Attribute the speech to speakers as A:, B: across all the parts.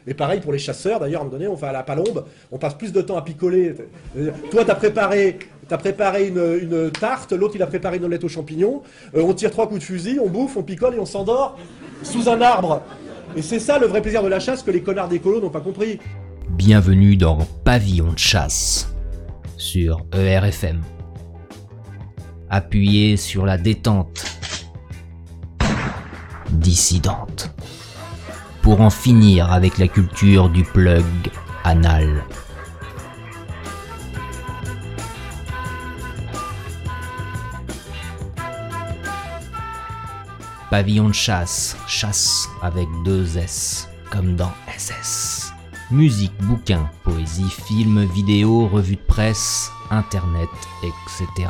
A: Et pareil pour les chasseurs, d'ailleurs, à un moment donné, on va à la palombe, on passe plus de temps à picoler. Toi, t'as préparé une tarte, l'autre il a préparé une omelette aux champignons, on tire 3 coups de fusil, on bouffe, on picole et on s'endort sous un arbre. Et c'est ça le vrai plaisir de la chasse que les connards d'écolos n'ont pas compris.
B: Bienvenue dans Pavillon de chasse sur ERFM. Appuyez sur la détente dissidente pour en finir avec la culture du plug anal. Pavillon de chasse, chasse avec 2 S, comme dans SS. Musique, bouquins, poésie, films, vidéos, revues de presse, internet, etc.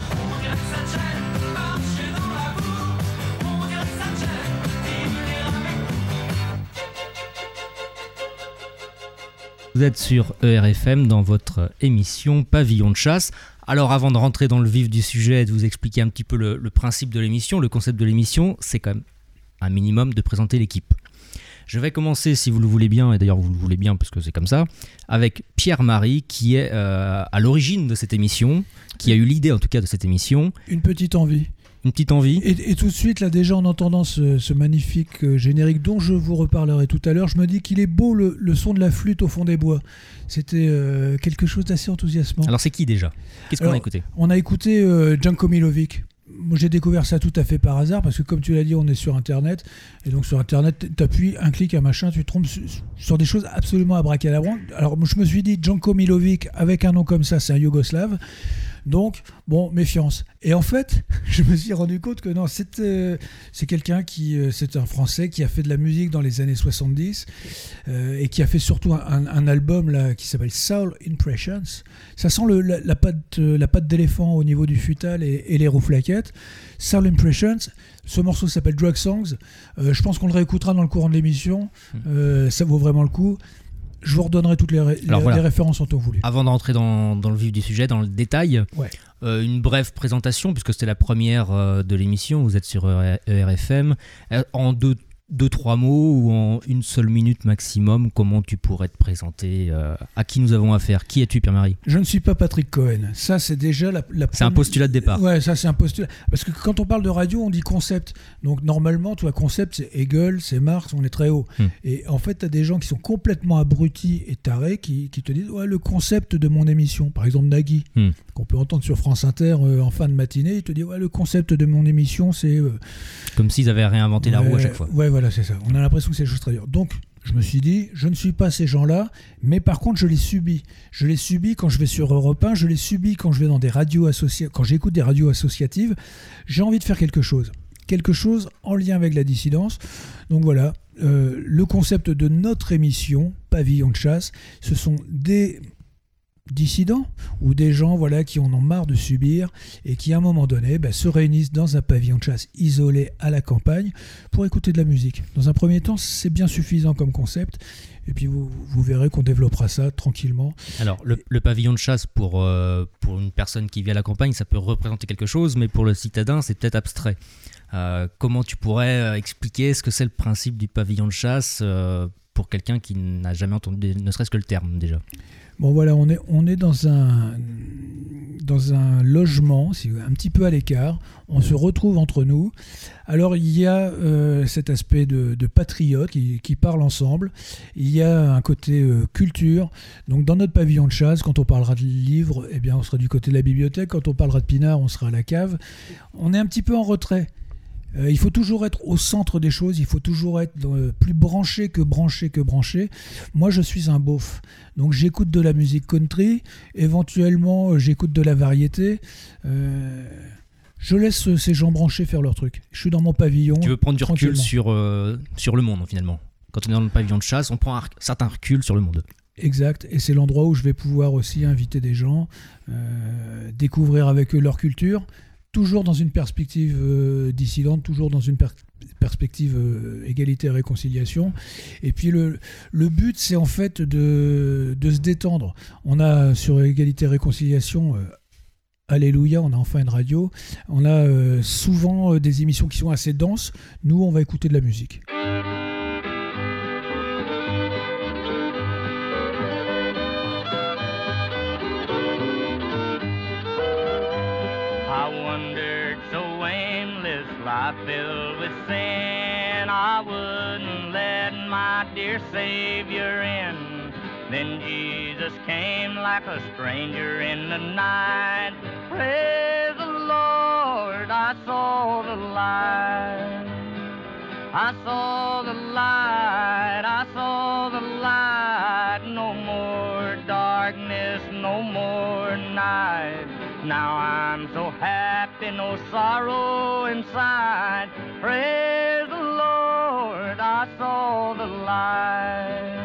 B: Vous êtes sur ERFM dans votre émission Pavillon de chasse. Alors avant de rentrer dans le vif du sujet et de vous expliquer un petit peu le principe de l'émission, le concept de l'émission, c'est quand même un minimum de présenter l'équipe. Je vais commencer, si vous le voulez bien, et d'ailleurs vous le voulez bien parce que c'est comme ça, avec Pierre-Marie qui est à l'origine de cette émission, qui a eu l'idée en tout cas de cette émission.
C: Une petite envie.
B: Une petite envie.
C: Et tout de suite, là déjà en entendant ce magnifique générique dont je vous reparlerai tout à l'heure, je me dis qu'il est beau le son de la flûte au fond des bois. C'était quelque chose d'assez enthousiasmant.
B: Alors c'est qui déjà ? Qu'est-ce qu'on a écouté ?
C: On a écouté Janko Milovic. Moi j'ai découvert ça tout à fait par hasard parce que comme tu l'as dit, on est sur Internet. Et donc sur Internet, t'appuies un clic, un machin, tu te trompes sur des choses absolument abracadabrantes. Alors je me suis dit, Janko Milovic, avec un nom comme ça, c'est un Yougoslave. Donc, bon, méfiance. Et en fait, je me suis rendu compte que non, c'est quelqu'un c'est un Français qui a fait de la musique dans les années 70 et qui a fait surtout un album là, qui s'appelle Soul Impressions. Ça sent la patte d'éléphant au niveau du futal et les rouflaquettes. Soul Impressions, ce morceau s'appelle Drug Songs. Je pense qu'on le réécoutera dans le courant de l'émission. Ça vaut vraiment le coup. Je vous redonnerai toutes les références en temps voulu. Avant
B: de rentrer dans le vif du sujet, dans le détail, une brève présentation, puisque c'était la première de l'émission, vous êtes sur ERFM. En 2-3 mots ou en une seule minute maximum, comment tu pourrais te présenter, à qui nous avons affaire ? Qui es-tu, Pierre-Marie ?
C: Je ne suis pas Patrick Cohen. Ça, c'est déjà
B: C'est un postulat de départ.
C: Ouais, ça, c'est un postulat. Parce que quand on parle de radio, on dit concept. Donc, normalement, toi, concept, c'est Hegel, c'est Marx, on est très haut. Et en fait, tu as des gens qui sont complètement abrutis et tarés qui te disent ouais, le concept de mon émission. Par exemple, Nagui, qu'on peut entendre sur France Inter en fin de matinée. Il te dit ouais, le concept de mon émission, c'est.
B: Comme s'ils avaient réinventé la roue à chaque fois.
C: Ouais, voilà, c'est ça. On a l'impression que c'est des choses très dures. Donc, je me suis dit, je ne suis pas ces gens-là, mais par contre, je les subis. Je les subis quand je vais sur Europe 1, je les subis quand je vais dans des radios quand j'écoute des radios associatives. J'ai envie de faire quelque chose en lien avec la dissidence. Donc voilà, le concept de notre émission, Pavillon de chasse, ce sont des dissidents ou des gens qui en ont marre de subir et qui à un moment donné se réunissent dans un pavillon de chasse isolé à la campagne pour écouter de la musique. Dans un premier temps, c'est bien suffisant comme concept et puis vous verrez qu'on développera ça tranquillement.
B: Alors le pavillon de chasse pour une personne qui vit à la campagne, ça peut représenter quelque chose, mais pour le citadin, c'est peut-être abstrait. Comment tu pourrais expliquer ce que c'est le principe du pavillon de chasse pour quelqu'un qui n'a jamais entendu ne serait-ce que le terme déjà ?
C: Bon voilà, on est dans un logement, un petit peu à l'écart, on se retrouve entre nous. Alors il y a cet aspect de patriotes qui parlent ensemble, il y a un côté culture. Donc dans notre pavillon de chasse, quand on parlera de livres, eh bien on sera du côté de la bibliothèque, quand on parlera de pinard, on sera à la cave. On est un petit peu en retrait. Il faut toujours être au centre des choses, il faut toujours être plus branché que branché. Moi, je suis un beauf, donc j'écoute de la musique country, éventuellement j'écoute de la variété. Je laisse ces gens branchés faire leur truc. Je suis dans mon pavillon.
B: Tu veux prendre du recul sur le monde, finalement. Quand on est dans le pavillon de chasse, on prend un certain recul sur le monde.
C: Exact, et c'est l'endroit où je vais pouvoir aussi inviter des gens, découvrir avec eux leur culture, toujours dans une perspective dissidente, toujours dans une perspective égalité et réconciliation. Et puis le but, c'est en fait de se détendre. On a sur égalité et réconciliation... Alléluia, on a enfin une radio. On a souvent des émissions qui sont assez denses. Nous, on va écouter de la musique.
D: heart filled with sin, I wouldn't let my dear Savior in. Then Jesus came like a stranger in the night. Praise the Lord, I saw the light. I saw the light, I saw the light. No more darkness, no more night. Now I'm so happy, no sorrow inside. Praise the Lord, I saw the light.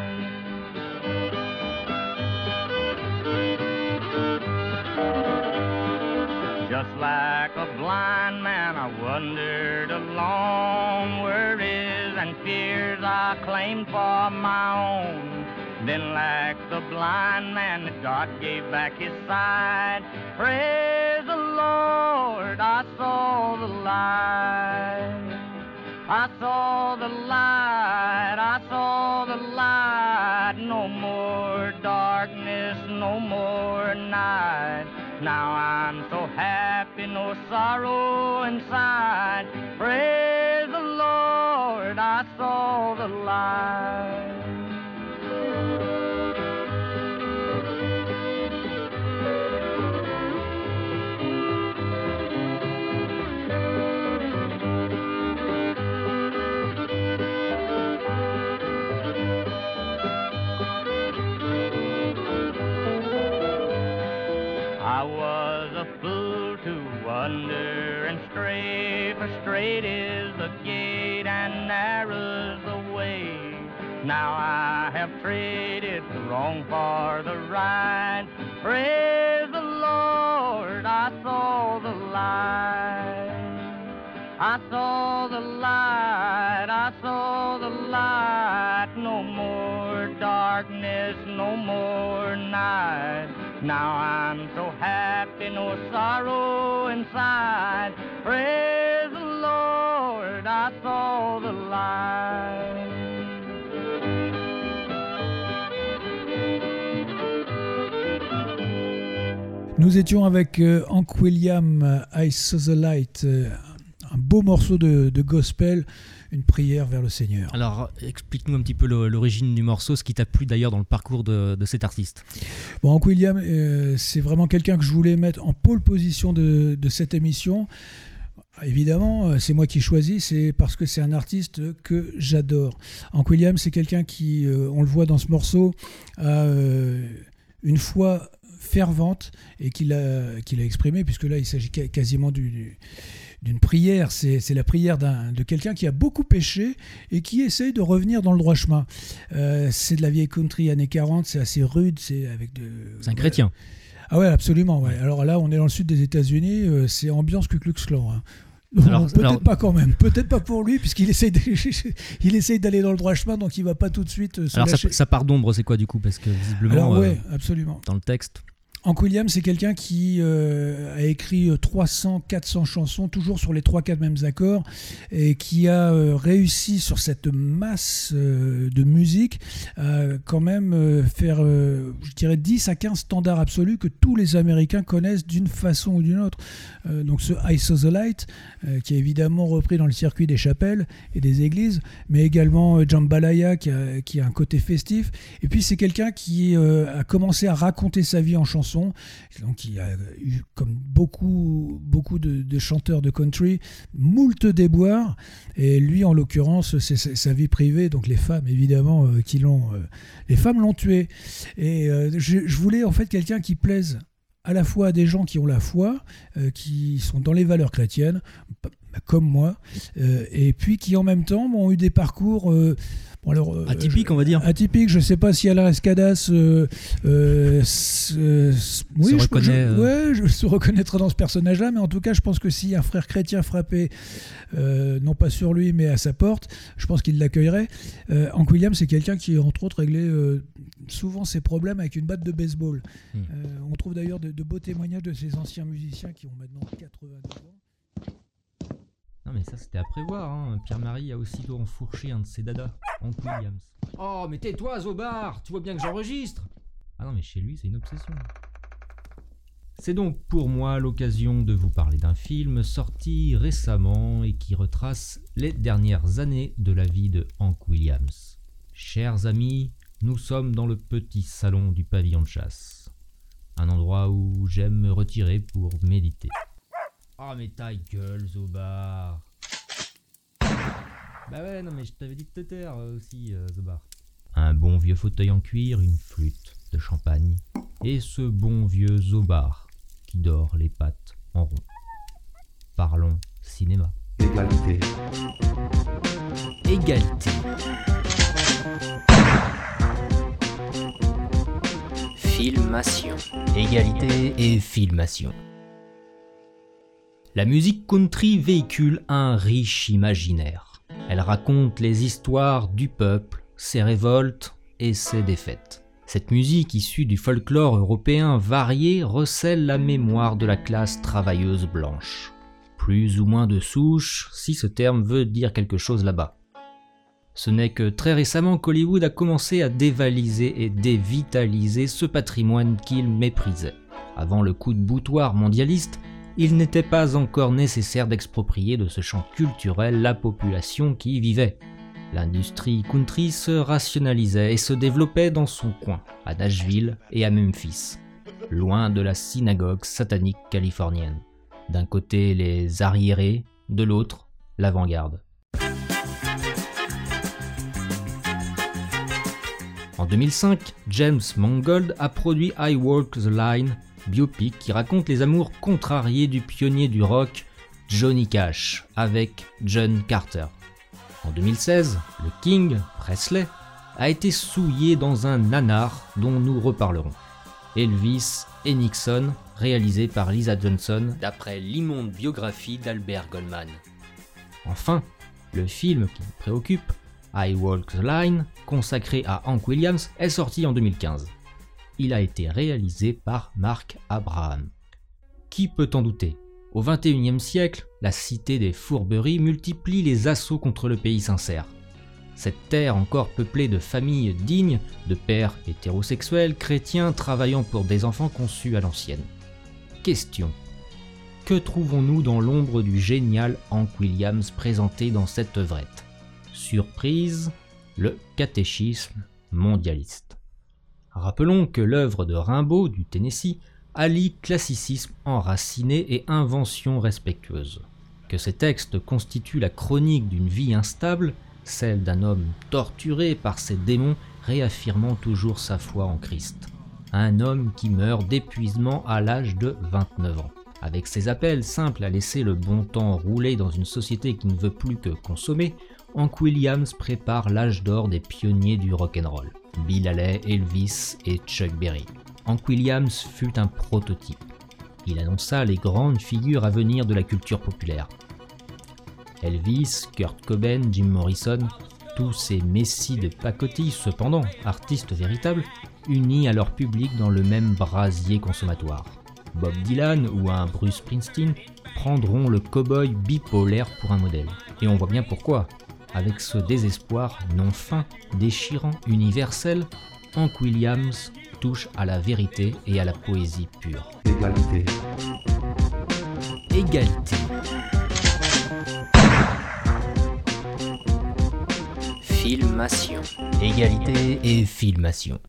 D: Just like a blind man, I wandered alone, worries and fears I claimed for my own. Then like the blind man, God gave back his sight. Praise the Lord, I saw the light. I saw the light, I saw the light. No more darkness, no more night. Now I'm so happy, no sorrow inside. Praise the Lord, I saw the light. I was a fool to wander and stray, for straight is the gate and narrow's the way. Now I have traded the wrong for the right. Praise the Lord, I saw the light. I saw the light, I saw the light. No more darkness, no more night. Now I'm so happy, no sorrow inside. Praise the Lord, I saw the light.
C: Nous étions avec Hank Williams, I Saw the Light, un beau morceau de gospel, une prière vers le Seigneur.
B: Alors, explique-nous un petit peu l'origine du morceau, ce qui t'a plu d'ailleurs dans le parcours de cet artiste.
C: Bon, Hank Williams, c'est vraiment quelqu'un que je voulais mettre en pole position de cette émission. Évidemment, c'est moi qui choisis, c'est parce que c'est un artiste que j'adore. Hank Williams, c'est quelqu'un qui, on le voit dans ce morceau, a une foi fervente et qu'il a exprimé, puisque là il s'agit quasiment d'une prière, c'est la prière de quelqu'un qui a beaucoup péché et qui essaye de revenir dans le droit chemin. C'est de la vieille country années 40, c'est assez rude, c'est
B: un chrétien.
C: Ah ouais, absolument, ouais. Alors là on est dans le sud des États-Unis, c'est ambiance Ku Klux Klan, hein. Peut-être pas quand même, peut-être pas pour lui, puisqu'il essaye d'aller dans le droit chemin, donc il va pas tout de suite se
B: alors
C: lâcher.
B: sa part d'ombre, c'est quoi du coup? Parce que visiblement,
C: alors ouais, absolument.
B: Dans le texte,
C: Hank Williams, c'est quelqu'un qui a écrit 300-400 chansons, toujours sur les 3-4 mêmes accords, et qui a réussi sur cette masse de musique à quand même faire, je dirais, 10 à 15 standards absolus que tous les Américains connaissent d'une façon ou d'une autre. Donc ce I Saw the Light, qui est évidemment repris dans le circuit des chapelles et des églises, mais également Jambalaya, qui a un côté festif. Et puis c'est quelqu'un qui a commencé à raconter sa vie en chanson. Donc il a eu, comme beaucoup de chanteurs de country, moult déboires, et lui en l'occurrence c'est sa vie privée, donc les femmes évidemment les femmes l'ont tué, et je voulais en fait quelqu'un qui plaise à la fois à des gens qui ont la foi, qui sont dans les valeurs chrétiennes comme moi, et puis qui en même temps ont eu des parcours
B: atypique, on va dire.
C: Atypique, je sais pas si Alain Escadas oui, je se reconnaîtra dans ce personnage-là, mais en tout cas, je pense que si un frère chrétien frappait, non pas sur lui, mais à sa porte, je pense qu'il l'accueillerait. Hank Williams, c'est quelqu'un qui, entre autres, réglait souvent ses problèmes avec une batte de baseball. On trouve d'ailleurs de beaux témoignages de ces anciens musiciens qui ont maintenant 82 ans.
B: Non mais ça c'était à prévoir, hein. Pierre-Marie a aussitôt enfourché un de ses dadas, Hank Williams. Oh mais tais-toi Zobar, tu vois bien que j'enregistre. Ah non mais chez lui c'est une obsession. C'est donc pour moi l'occasion de vous parler d'un film sorti récemment et qui retrace les dernières années de la vie de Hank Williams. Chers amis, nous sommes dans le petit salon du pavillon de chasse. Un endroit où j'aime me retirer pour méditer. Oh mais ta gueule, Zobar. Bah ouais, non mais je t'avais dit de te taire aussi, Zobar. Un bon vieux fauteuil en cuir, une flûte de champagne, et ce bon vieux Zobar qui dort les pattes en rond. Parlons cinéma.
E: Égalité.
B: Égalité. Filmation. Égalité et filmation. La musique country véhicule un riche imaginaire. Elle raconte les histoires du peuple, ses révoltes et ses défaites. Cette musique issue du folklore européen varié recèle la mémoire de la classe travailleuse blanche. Plus ou moins de souche, si ce terme veut dire quelque chose là-bas. Ce n'est que très récemment qu'Hollywood a commencé à dévaliser et dévitaliser ce patrimoine qu'il méprisait. Avant le coup de boutoir mondialiste, il n'était pas encore nécessaire d'exproprier de ce champ culturel la population qui y vivait. L'industrie country se rationalisait et se développait dans son coin, à Nashville et à Memphis, loin de la synagogue satanique californienne. D'un côté les arriérés, de l'autre l'avant-garde. En 2005, James Mangold a produit I Walk the Line, biopic qui raconte les amours contrariés du pionnier du rock Johnny Cash avec John Carter. En 2016, le King, Presley, a été souillé dans un nanar dont nous reparlerons. Elvis et Nixon, réalisé par Lisa Johnson d'après l'immonde biographie d'Albert Goldman. Enfin, le film qui nous préoccupe, I Walk the Line, consacré à Hank Williams, est sorti en 2015. Il a été réalisé par Mark Abraham. Qui peut en douter ? Au XXIe siècle, la cité des fourberies multiplie les assauts contre le pays sincère. Cette terre encore peuplée de familles dignes, de pères hétérosexuels, chrétiens travaillant pour des enfants conçus à l'ancienne. Question. Que trouvons-nous dans l'ombre du génial Hank Williams présenté dans cette œuvrette ? Surprise, le catéchisme mondialiste. Rappelons que l'œuvre de Rimbaud du Tennessee allie classicisme enraciné et invention respectueuse. Que ces textes constituent la chronique d'une vie instable, celle d'un homme torturé par ses démons réaffirmant toujours sa foi en Christ. Un homme qui meurt d'épuisement à l'âge de 29 ans. Avec ses appels simples à laisser le bon temps rouler dans une société qui ne veut plus que consommer, Hank Williams prépare l'âge d'or des pionniers du rock'n'roll. Bill Haley, Elvis et Chuck Berry. Hank Williams fut un prototype. Il annonça les grandes figures à venir de la culture populaire. Elvis, Kurt Cobain, Jim Morrison, tous ces messies de pacotille, cependant, artistes véritables, unis à leur public dans le même brasier consommatoire. Bob Dylan ou un Bruce Springsteen prendront le cow-boy bipolaire pour un modèle. Et on voit bien pourquoi. Avec ce désespoir non fin, déchirant, universel, Hank Williams touche à la vérité et à la poésie pure.
E: Égalité.
B: Égalité. Filmation. Égalité et filmation.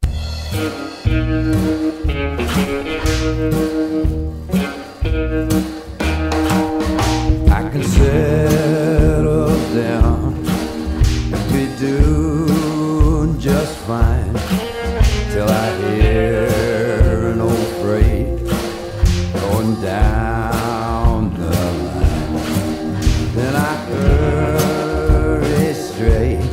F: I can settle down and be doing just fine till I hear an old freight going down the line. Then I hurry straight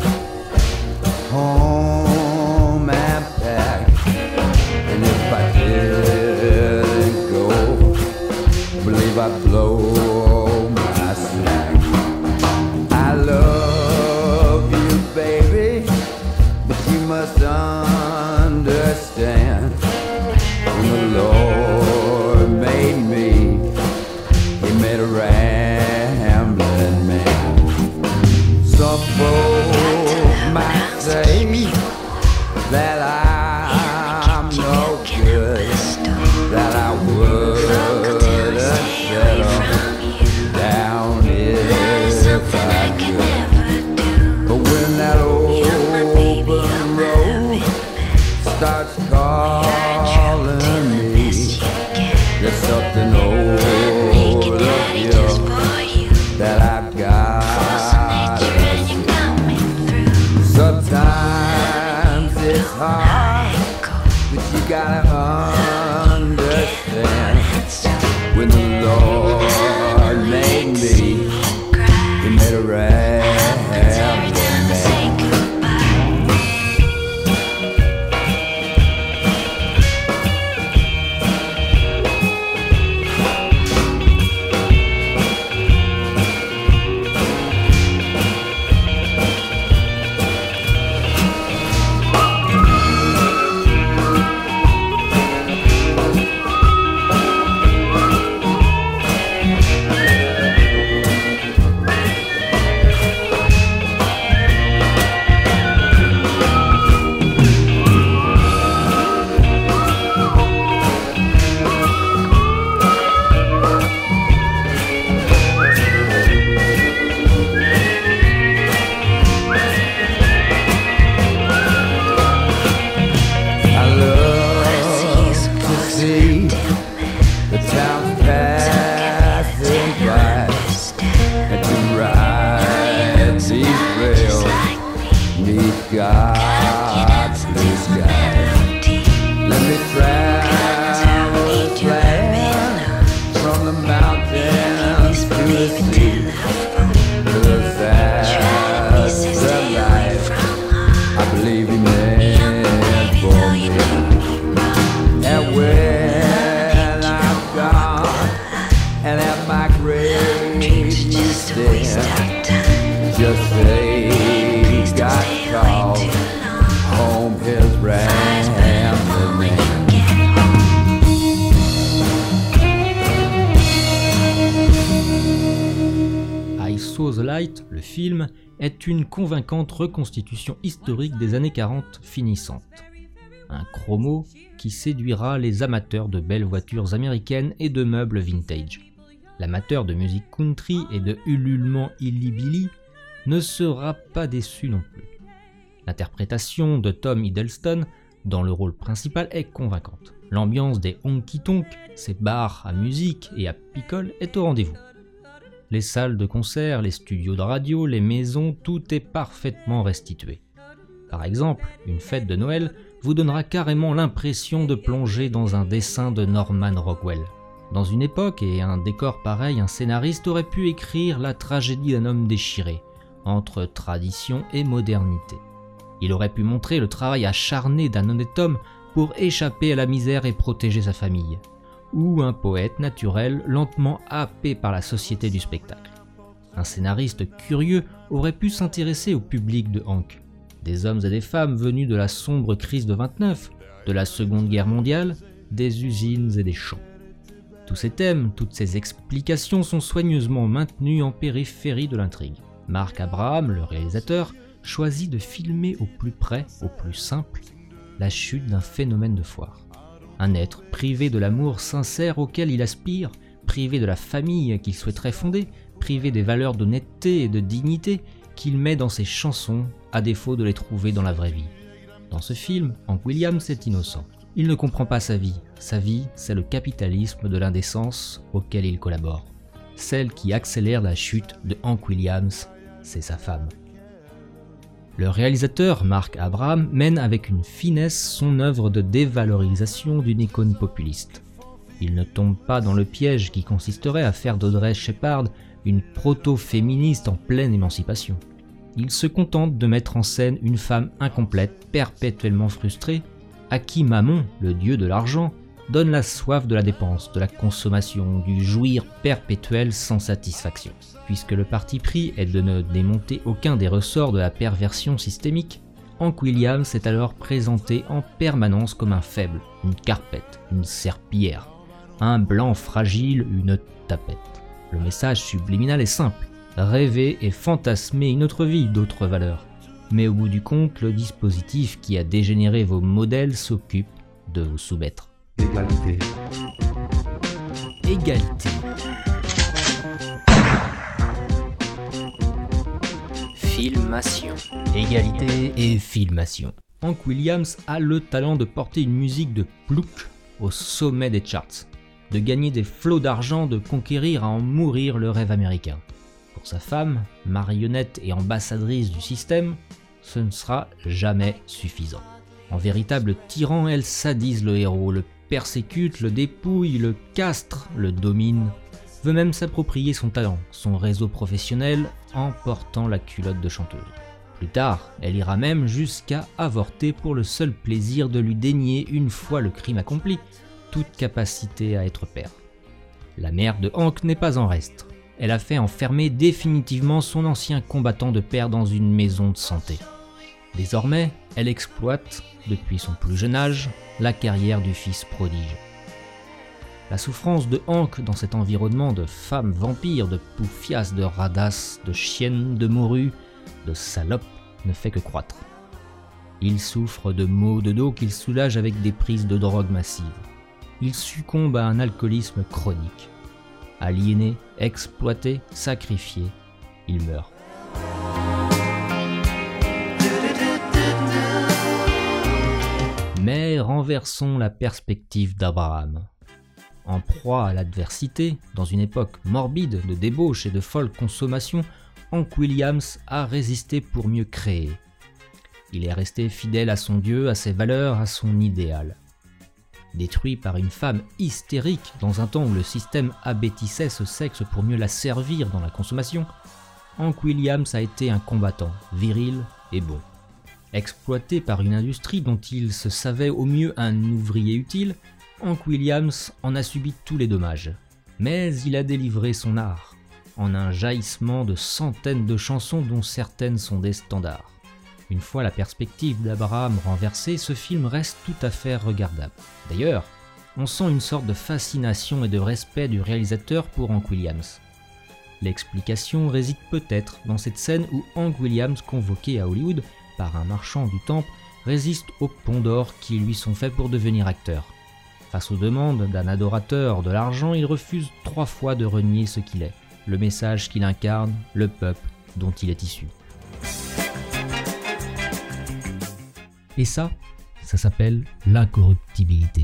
F: home and back, and if I didn't go, believe I'd blow my slack. I love you, baby, but you must understand, when the Lord made me, He made a rambling man. Some folks might say that I'm no good, that I would starts calling me. There's something over here that I've got. Sometimes it's hard, but you gotta understand. When the Lord made me, He made a rambling man. God's blue sky. Let me travel this land from the mountains to the sea. Cause that's the life I believe He meant for me. And when I'm gone and at my grave you stand, just say God called home His rambling man.
B: I Saw the Light, le film, est une convaincante reconstitution historique des années 40 finissantes. Un chromo qui séduira les amateurs de belles voitures américaines et de meubles vintage. L'amateur de musique country et de ululement illy-billy ne sera pas déçu non plus. L'interprétation de Tom Hiddleston dans le rôle principal est convaincante. L'ambiance des honky-tonk, ces bars à musique et à picole est au rendez-vous. Les salles de concert, les studios de radio, les maisons, tout est parfaitement restitué. Par exemple, une fête de Noël vous donnera carrément l'impression de plonger dans un dessin de Norman Rockwell. Dans une époque et un décor pareil, un scénariste aurait pu écrire la tragédie d'un homme déchiré, entre tradition et modernité. Il aurait pu montrer le travail acharné d'un honnête homme pour échapper à la misère et protéger sa famille, ou un poète naturel lentement happé par la société du spectacle. Un scénariste curieux aurait pu s'intéresser au public de Hank, des hommes et des femmes venus de la sombre crise de 29, de la Seconde Guerre mondiale, des usines et des champs. Tous ces thèmes, toutes ces explications sont soigneusement maintenus en périphérie de l'intrigue. Mark Abraham, le réalisateur, choisit de filmer au plus près, au plus simple, la chute d'un phénomène de foire. Un être privé de l'amour sincère auquel il aspire, privé de la famille qu'il souhaiterait fonder, privé des valeurs d'honnêteté et de dignité qu'il met dans ses chansons, à défaut de les trouver dans la vraie vie. Dans ce film, Hank Williams est innocent. Il ne comprend pas sa vie. Sa vie, c'est le capitalisme de l'indécence auquel il collabore. Celle qui accélère la chute de Hank Williams, c'est sa femme. Le réalisateur Mark Abraham mène avec une finesse son œuvre de dévalorisation d'une icône populiste. Il ne tombe pas dans le piège qui consisterait à faire d'Audrey Shepard une proto-féministe en pleine émancipation. Il se contente de mettre en scène une femme incomplète, perpétuellement frustrée, à qui Mammon, le dieu de l'argent, donne la soif de la dépense, de la consommation, du jouir perpétuel sans satisfaction. Puisque le parti pris est de ne démonter aucun des ressorts de la perversion systémique, Hank Williams est alors présenté en permanence comme un faible, une carpette, une serpillière, un blanc fragile, une tapette. Le message subliminal est simple, rêver et fantasmer une autre vie, d'autres valeurs. Mais au bout du compte, le dispositif qui a dégénéré vos modèles s'occupe de vous soumettre.
E: Égalité.
B: Égalité. Filmation. Égalité et filmation. Hank Williams a le talent de porter une musique de plouc au sommet des charts, de gagner des flots d'argent, de conquérir à en mourir le rêve américain. Pour sa femme, marionnette et ambassadrice du système, ce ne sera jamais suffisant. En véritable tyran, elle sadise le héros, le persécute, le dépouille, le castre, le domine, veut même s'approprier son talent, son réseau professionnel, en portant la culotte de chanteuse. Plus tard, elle ira même jusqu'à avorter pour le seul plaisir de lui dénier, une fois le crime accompli, toute capacité à être père. La mère de Hank n'est pas en reste. Elle a fait enfermer définitivement son ancien combattant de père dans une maison de santé. Désormais, elle exploite, depuis son plus jeune âge, la carrière du fils prodige. La souffrance de Hank dans cet environnement de femmes vampires, de poufiasses, de radasses, de chiennes, de morues, de salopes ne fait que croître. Il souffre de maux de dos qu'il soulage avec des prises de drogue massives. Il succombe à un alcoolisme chronique. Aliéné, exploité, sacrifié, il meurt. Mais renversons la perspective d'Abraham. En proie à l'adversité, dans une époque morbide de débauche et de folle consommation, Hank Williams a résisté pour mieux créer. Il est resté fidèle à son Dieu, à ses valeurs, à son idéal. Détruit par une femme hystérique dans un temps où le système abêtissait ce sexe pour mieux la servir dans la consommation, Hank Williams a été un combattant, viril et bon. Exploité par une industrie dont il se savait au mieux un ouvrier utile, Hank Williams en a subi tous les dommages. Mais il a délivré son art, en un jaillissement de centaines de chansons dont certaines sont des standards. Une fois la perspective d'Abraham renversée, ce film reste tout à fait regardable. D'ailleurs, on sent une sorte de fascination et de respect du réalisateur pour Hank Williams. L'explication réside peut-être dans cette scène où Hank Williams, convoqué à Hollywood par un marchand du temple, résiste aux ponts d'or qui lui sont faits pour devenir acteur. Face aux demandes d'un adorateur de l'argent, il refuse 3 fois de renier ce qu'il est, le message qu'il incarne, le peuple dont il est issu. Et ça s'appelle l'incorruptibilité.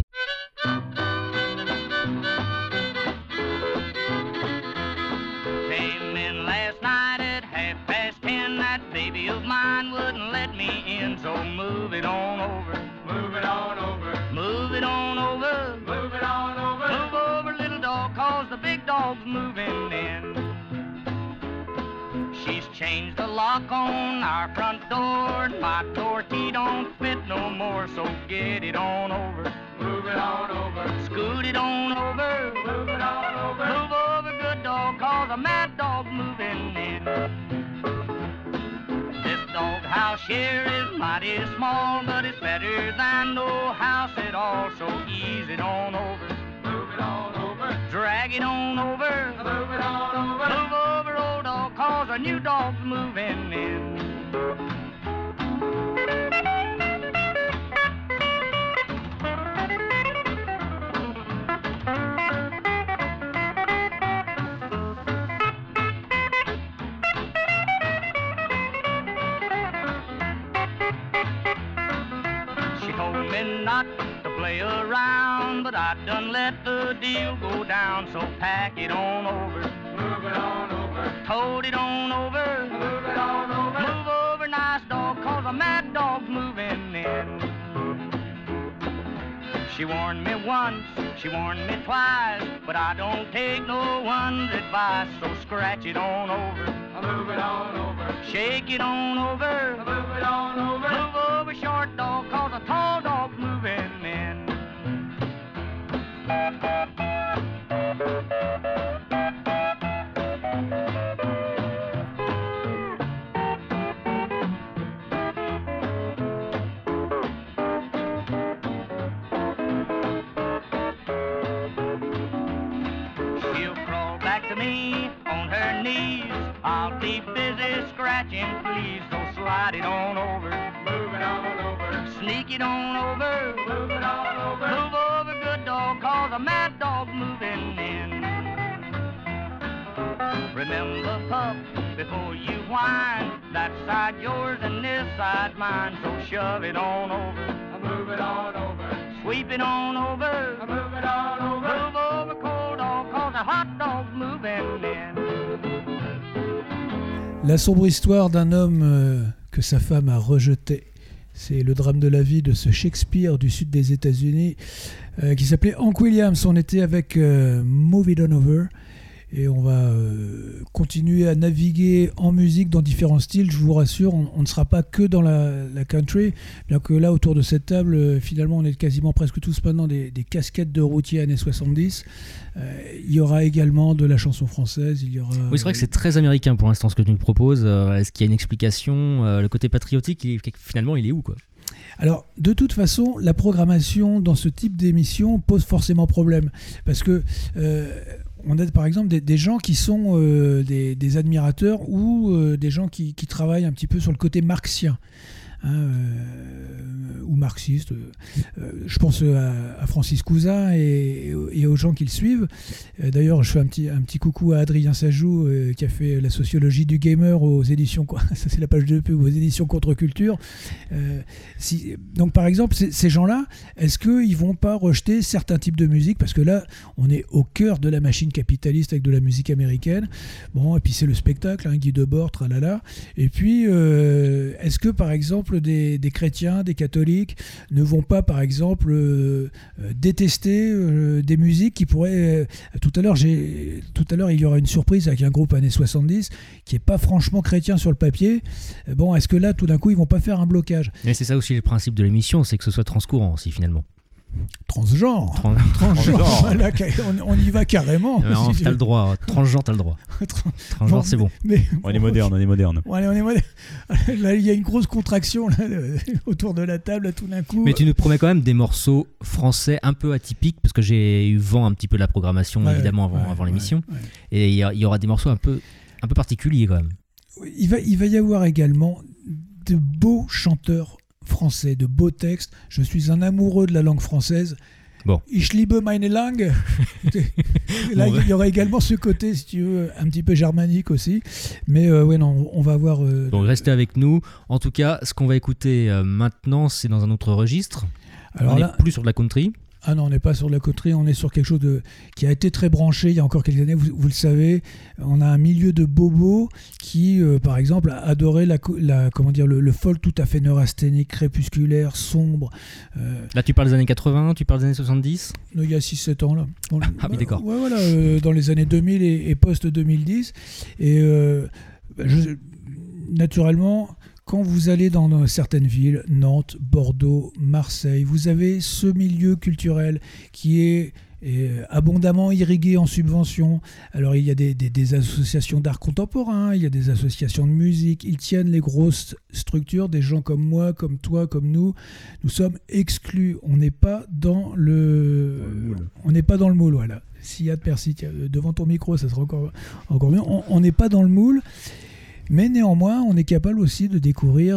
D: Came in last night at 10:30. That baby of mine wouldn't let me in, so move it on over. Move it on over. Move it on over. Move it on over. Move over, little dog, 'cause the big dog's moving in. She's changed the lock on our front door. My door key don't fit no more, so get it on over. Move it on over. Scoot it on over. Move it on over. Move over, good dog, 'cause a mad dog's moving in. This dog house here is mighty small, but it's better than no house at all, so ease it on over. Move it on over. Drag it on over. Move it on over. Move over, old dog, 'cause a new dog's moving in. Not to play around, but I done let the deal go down, so pack it on over. Move it on over. Tote it on over. Move it on over. Move over, nice dog, 'cause a mad dog's moving in. She warned me once, she warned me twice, but I don't take no one's advice, so scratch it on over. Move it on over. Shake it on over. Move it on over. Move over, short dog, 'cause a tall dog's moving in. She'll crawl back to me on her knees. I'll be busy scratching, please, so slide it on over. Move it on over. Sneak it on over. Move it on over. Move over, good dog, 'cause a mad dog's moving in. Remember, pup, before you whine, that side yours and this side mine. So shove it on over, move it on over, sweep it on over, move it on over, move over, cold dog, cause a hot dog's moving in.
C: La sombre histoire d'un homme que sa femme a rejeté. C'est le drame de la vie de ce Shakespeare du sud des États-Unis qui s'appelait Hank Williams. On était avec Move It On Over et on va continuer à naviguer en musique dans différents styles. Je vous rassure, on ne sera pas que dans la country, bien que là, autour de cette table, finalement, on est quasiment presque tous maintenant des casquettes de routiers années 70. Il y aura également de la chanson française. Il y aura...
B: Oui, c'est vrai que c'est très américain pour l'instant ce que tu nous proposes. Est-ce qu'il y a une explication Le côté patriotique, finalement, il est où, quoi ?
C: Alors, de toute façon, la programmation dans ce type d'émission pose forcément problème. Parce que on a par exemple des gens qui sont des admirateurs ou des gens qui travaillent un petit peu sur le côté marxien. Ou marxiste. Je pense à Francis Cousin et aux gens qui le suivent. D'ailleurs, je fais un petit coucou à Adrien Sajou qui a fait la sociologie du gamer aux éditions, ça c'est la page de pub, aux éditions Contre-Culture. Donc par exemple, ces gens-là, est-ce qu'ils vont pas rejeter certains types de musique? Parce que là, on est au cœur de la machine capitaliste avec de la musique américaine. Bon, et puis c'est le spectacle, Guy Debord, tralala. Et puis, est-ce que par exemple des chrétiens, des catholiques ne vont pas par exemple détester des musiques qui pourraient... Tout à l'heure il y aura une surprise avec un groupe années 70 qui n'est pas franchement chrétien sur le papier. Bon, est-ce que là tout d'un coup ils vont pas faire un blocage?
B: Mais c'est ça aussi le principe de l'émission, c'est que ce soit transcourant aussi finalement.
C: Transgenre. Voilà, on y va carrément.
B: T'as le droit. Transgenre, t'as le droit. Transgenre, c'est bon.
E: On est moderne.
C: Bon, allez, on est moderne. Là, il y a une grosse contraction là, autour de la table, là, tout d'un coup.
B: Mais tu nous promets quand même des morceaux français un peu atypiques, parce que j'ai eu vent un petit peu de la programmation, évidemment, avant l'émission. Ouais. Et il y aura des morceaux un peu particuliers quand même.
C: Il va y avoir également de beaux chanteurs français, de beaux textes. Je suis un amoureux de la langue française.
B: Bon.
C: Ich liebe meine Langue. Là, il y aura également ce côté, si tu veux, un petit peu germanique aussi. Mais on va avoir...
B: Donc restez avec nous. En tout cas, ce qu'on va écouter maintenant, c'est dans un autre registre. Alors on n'est plus sur de la country.
C: Ah non, on n'est pas sur de la country, on est sur quelque chose qui a été très branché il y a encore quelques années, vous le savez. On a un milieu de bobos qui, par exemple, a adoré le folk tout à fait neurasthénique, crépusculaire, sombre.
B: Là, tu parles des années 80, tu parles des années 70 ?
C: Il y a 6-7 ans, là.
B: Ah oui, d'accord.
C: Ouais, voilà, dans les années 2000 et post-2010. Et naturellement... Quand vous allez dans certaines villes, Nantes, Bordeaux, Marseille, vous avez ce milieu culturel qui est abondamment irrigué en subventions. Alors il y a des associations d'art contemporain, il y a des associations de musique, ils tiennent les grosses structures, des gens comme moi, comme toi, comme nous sommes exclus, on n'est pas dans le moule, voilà. S'il y a de Percy, devant ton micro, ça sera encore mieux, on n'est pas dans le moule. Mais néanmoins, on est capable aussi de découvrir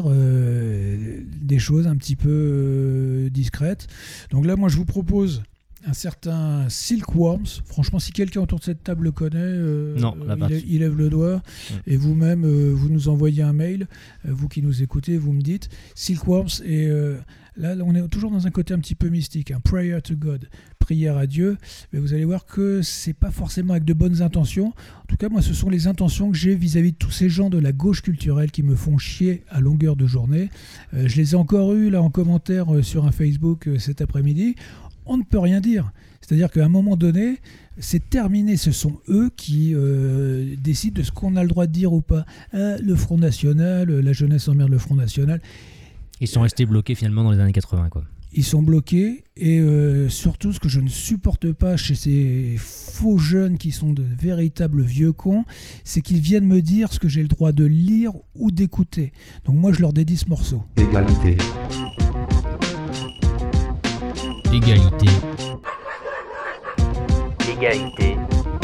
C: des choses un petit peu discrètes. Donc là, moi, je vous propose un certain Silkworms. Franchement, si quelqu'un autour de cette table le connaît, il lève le doigt. Et vous-même, vous nous envoyez un mail. Vous qui nous écoutez, vous me dites Silkworms. Et là, on est toujours dans un côté un petit peu mystique. Prayer to God, prière à Dieu. Mais vous allez voir que c'est pas forcément avec de bonnes intentions. En tout cas, moi, ce sont les intentions que j'ai vis-à-vis de tous ces gens de la gauche culturelle qui me font chier à longueur de journée. Je les ai encore eus là en commentaire sur un Facebook cet après-midi. On ne peut rien dire. C'est-à-dire qu'à un moment donné, c'est terminé. Ce sont eux qui décident de ce qu'on a le droit de dire ou pas. Le Front National, la jeunesse emmerde le Front National.
B: Ils sont restés bloqués finalement dans les années 80, quoi.
C: Ils sont bloqués et surtout ce que je ne supporte pas chez ces faux jeunes qui sont de véritables vieux cons, c'est qu'ils viennent me dire ce que j'ai le droit de lire ou d'écouter. Donc moi je leur dédie ce morceau.
F: Égalité.
B: Égalité.
G: Égalité.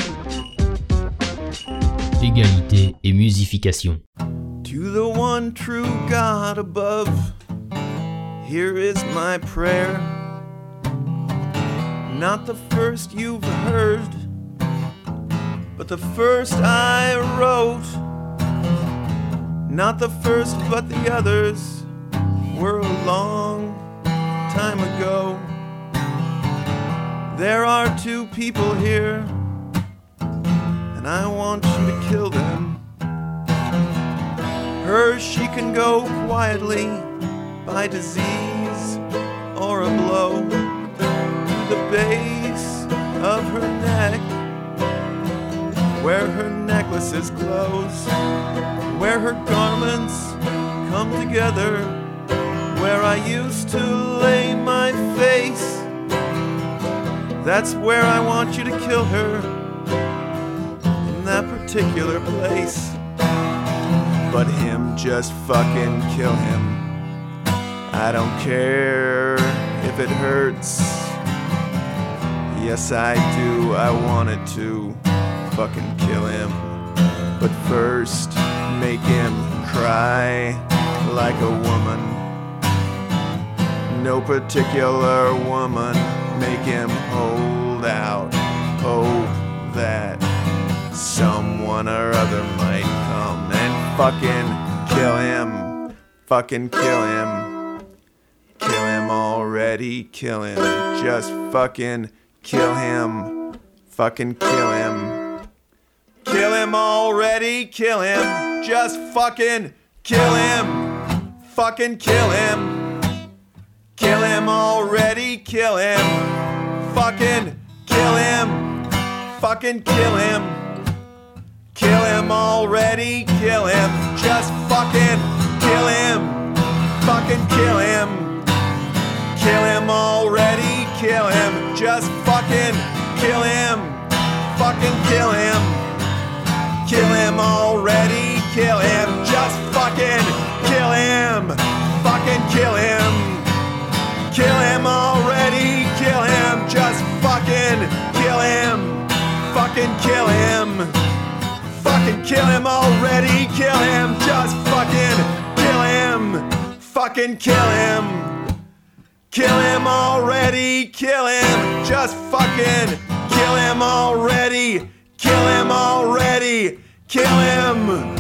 B: Égalité et musification.
H: To the one true God above, here is my prayer. Not the first you've heard, but the first I wrote, not the first but the others, were a long time ago. There are two people here, and I want you to kill them. Her, she can go quietly by disease or a blow to the base of her neck, where her necklaces close, where her garments come together, where I used to lay my face. That's where I want you to kill her, in that particular place. But him, just fucking kill him. I don't care if it hurts. Yes, I do, I wanted to fucking kill him. But first, make him cry like a woman. No particular woman. Make him hold out hope that someone or other might come and fucking kill him. Fucking kill him. Kill him already. Kill him. Just fucking kill him. Fucking kill him. Kill him already. Kill him. Just fucking kill him. Fucking kill him. Kill him already, kill him. Fucking kill him. Fucking kill him. Kill him already, kill him. Just fucking kill him. Fucking kill him. Kill him already, kill him. Just fucking kill him. Fucking kill him. Kill him already, kill him. Just fucking kill him. Fucking kill him. Kill him already, kill him, just fucking kill him. Fucking kill him. Fucking kill him already, kill him, just fucking kill him. Fucking kill him. Kill him already, kill him, just fucking kill him already. Kill him already, kill him.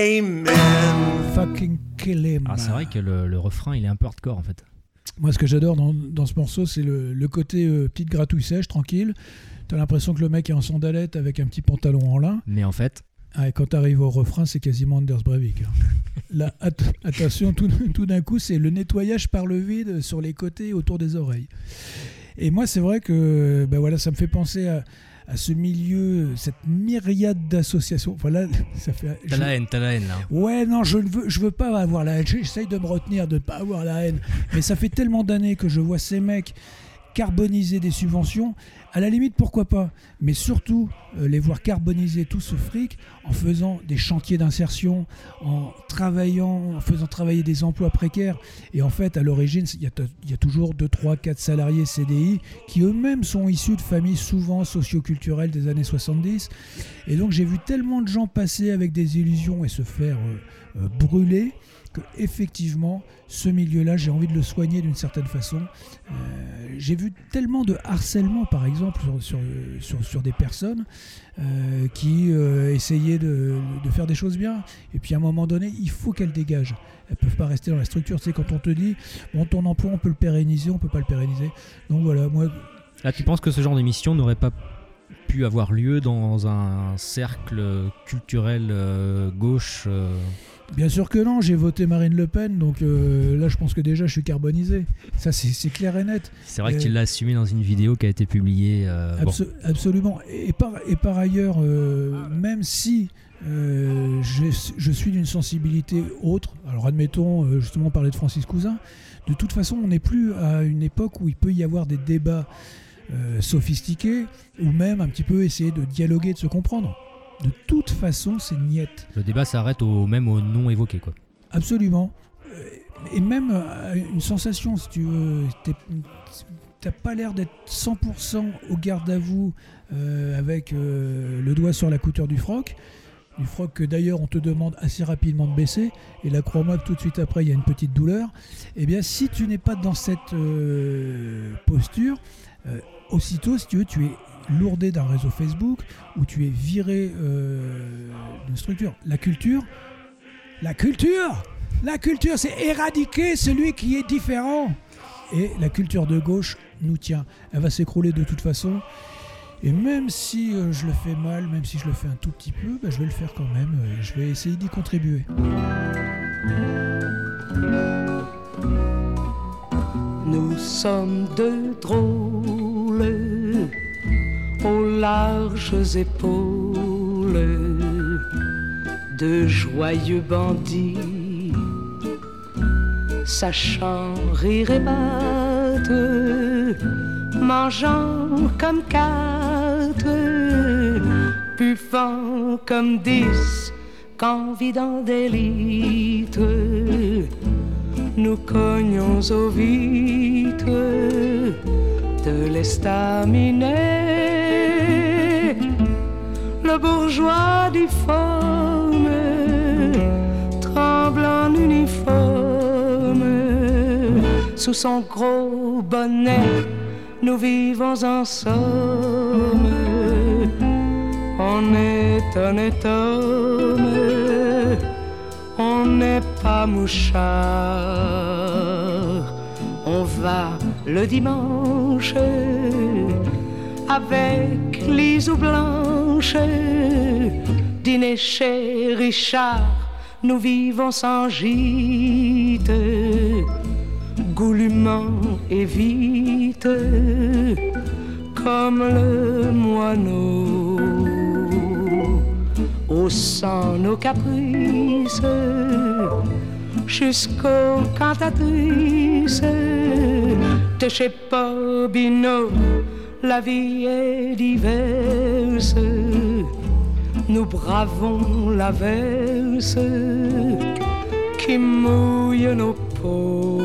H: Amen.
C: Fucking kill him.
B: Ah, c'est vrai que le refrain, il est un peu hardcore en fait.
C: Moi, ce que j'adore dans ce morceau, c'est le côté petite gratouille sèche, tranquille. T'as l'impression que le mec est en sandalette avec un petit pantalon en lin.
B: Mais en fait...
C: Quand t'arrives au refrain, c'est quasiment Anders Breivik. Là, attention, tout d'un coup, c'est le nettoyage par le vide sur les côtés, autour des oreilles. Et moi, c'est vrai que voilà, ça me fait penser à ce milieu, cette myriade d'associations. Voilà, ça fait.
B: T'as la haine là.
C: Ouais, non, je veux pas avoir la haine. J'essaye de me retenir de ne pas avoir la haine. Mais ça fait tellement d'années que je vois ces mecs carboniser des subventions. À la limite, pourquoi pas. Mais surtout, les voir carboniser tout ce fric en faisant des chantiers d'insertion, en faisant travailler des emplois précaires. Et en fait, à l'origine, il y a toujours 2, 3, 4 salariés CDI qui eux-mêmes sont issus de familles souvent socioculturelles des années 70. Et donc, j'ai vu tellement de gens passer avec des illusions et se faire brûler que effectivement, ce milieu-là, j'ai envie de le soigner d'une certaine façon. J'ai vu tellement de harcèlement, par exemple, sur des personnes qui essayaient de faire des choses bien. Et puis à un moment donné, il faut qu'elles dégagent. Elles ne peuvent pas rester dans la structure. Tu sais, quand on te dit, bon, ton emploi, on peut le pérenniser, on ne peut pas le pérenniser. Donc voilà, moi...
B: Là, tu penses que ce genre d'émission n'aurait pas pu avoir lieu dans un cercle culturel gauche
C: Bien sûr que non, j'ai voté Marine Le Pen, donc là je pense que déjà je suis carbonisé. Ça c'est clair et net.
B: C'est vrai qu'il l'a assumé dans une vidéo qui a été publiée.
C: Absolument. Et par ailleurs, même si je suis d'une sensibilité autre, alors admettons, justement parler de Francis Cousin, de toute façon on n'est plus à une époque où il peut y avoir des débats sophistiqués, ou même un petit peu essayer de dialoguer, de se comprendre. De toute façon, c'est niette.
B: Le débat s'arrête même au non évoqué, quoi.
C: Absolument. Et même une sensation, si tu veux, t'as pas l'air d'être 100% au garde à vous avec le doigt sur la couture du froc que d'ailleurs on te demande assez rapidement de baisser, et là crois-moi que tout de suite après il y a une petite douleur. Eh bien si tu n'es pas dans cette posture, aussitôt si tu veux, tu es lourdé d'un réseau Facebook, où tu es viré d'une structure. La culture, c'est éradiquer celui qui est différent. Et la culture de gauche nous tient. Elle va s'écrouler de toute façon. Et même si je le fais mal, même si je le fais un tout petit peu, je vais le faire quand même. Je vais essayer d'y contribuer.
E: Nous sommes deux drôles aux larges épaules, de joyeux bandits, sachant rire et battre, mangeant comme 4, buvant comme 10, convidant d'élite. Nous cognons aux vitres de l'estaminet, le bourgeois difforme tremble en uniforme. Sous son gros bonnet, nous vivons en somme. On est honnête homme, on n'est pas mouchard. On va le dimanche avec Lisou Blanche dîner chez Richard. Nous vivons sans gîte, goulûment et vite, comme le moineau, haussant nos caprices jusqu'aux cantatrices de chez Bobino. La vie est diverse, nous bravons l'averse qui mouille nos peaux,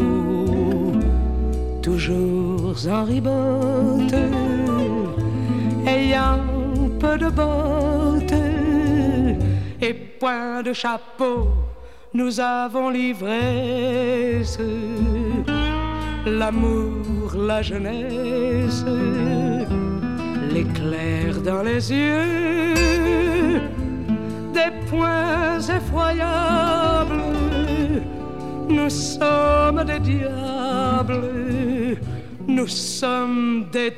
E: toujours en ribote, ayant peu de bottes et point de chapeau. Nous avons l'ivresse, l'amour, la jeunesse, l'éclair dans les yeux, des points effroyables. Nous sommes des diables, nous sommes des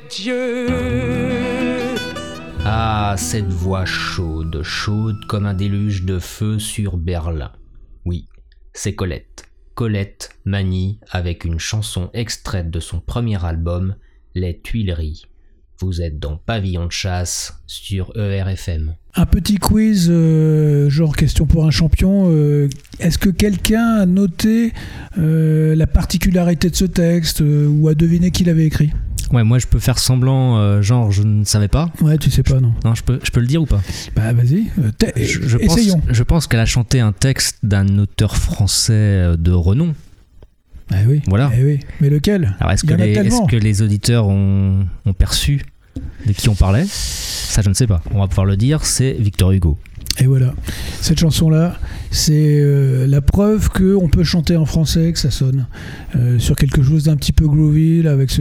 E: dieux.
B: Ah, cette voix chaude, chaude comme un déluge de feu sur Berlin. Oui, c'est Colette. Colette Mani avec une chanson extraite de son premier album, Les Tuileries. Vous êtes dans Pavillon de chasse sur ERFM.
C: Un petit quiz, genre question pour un champion. Est-ce que quelqu'un a noté la particularité de ce texte ou a deviné qui l'avait écrit ?
B: Ouais, moi je peux faire semblant, genre je ne savais pas.
C: Ouais, tu sais pas, non.
B: Non, je peux le dire ou pas ?
C: Bah vas-y, essayons.
B: Je pense qu'elle a chanté un texte d'un auteur français de renom.
C: Ah oui,
B: voilà.
C: Eh oui. Mais lequel ?
B: Alors est-ce que les auditeurs ont perçu de qui on parlait ? Ça je ne sais pas. On va pouvoir le dire, c'est Victor Hugo.
C: Et voilà, cette chanson-là, c'est la preuve qu'on peut chanter en français, que ça sonne sur quelque chose d'un petit peu groovy, là, avec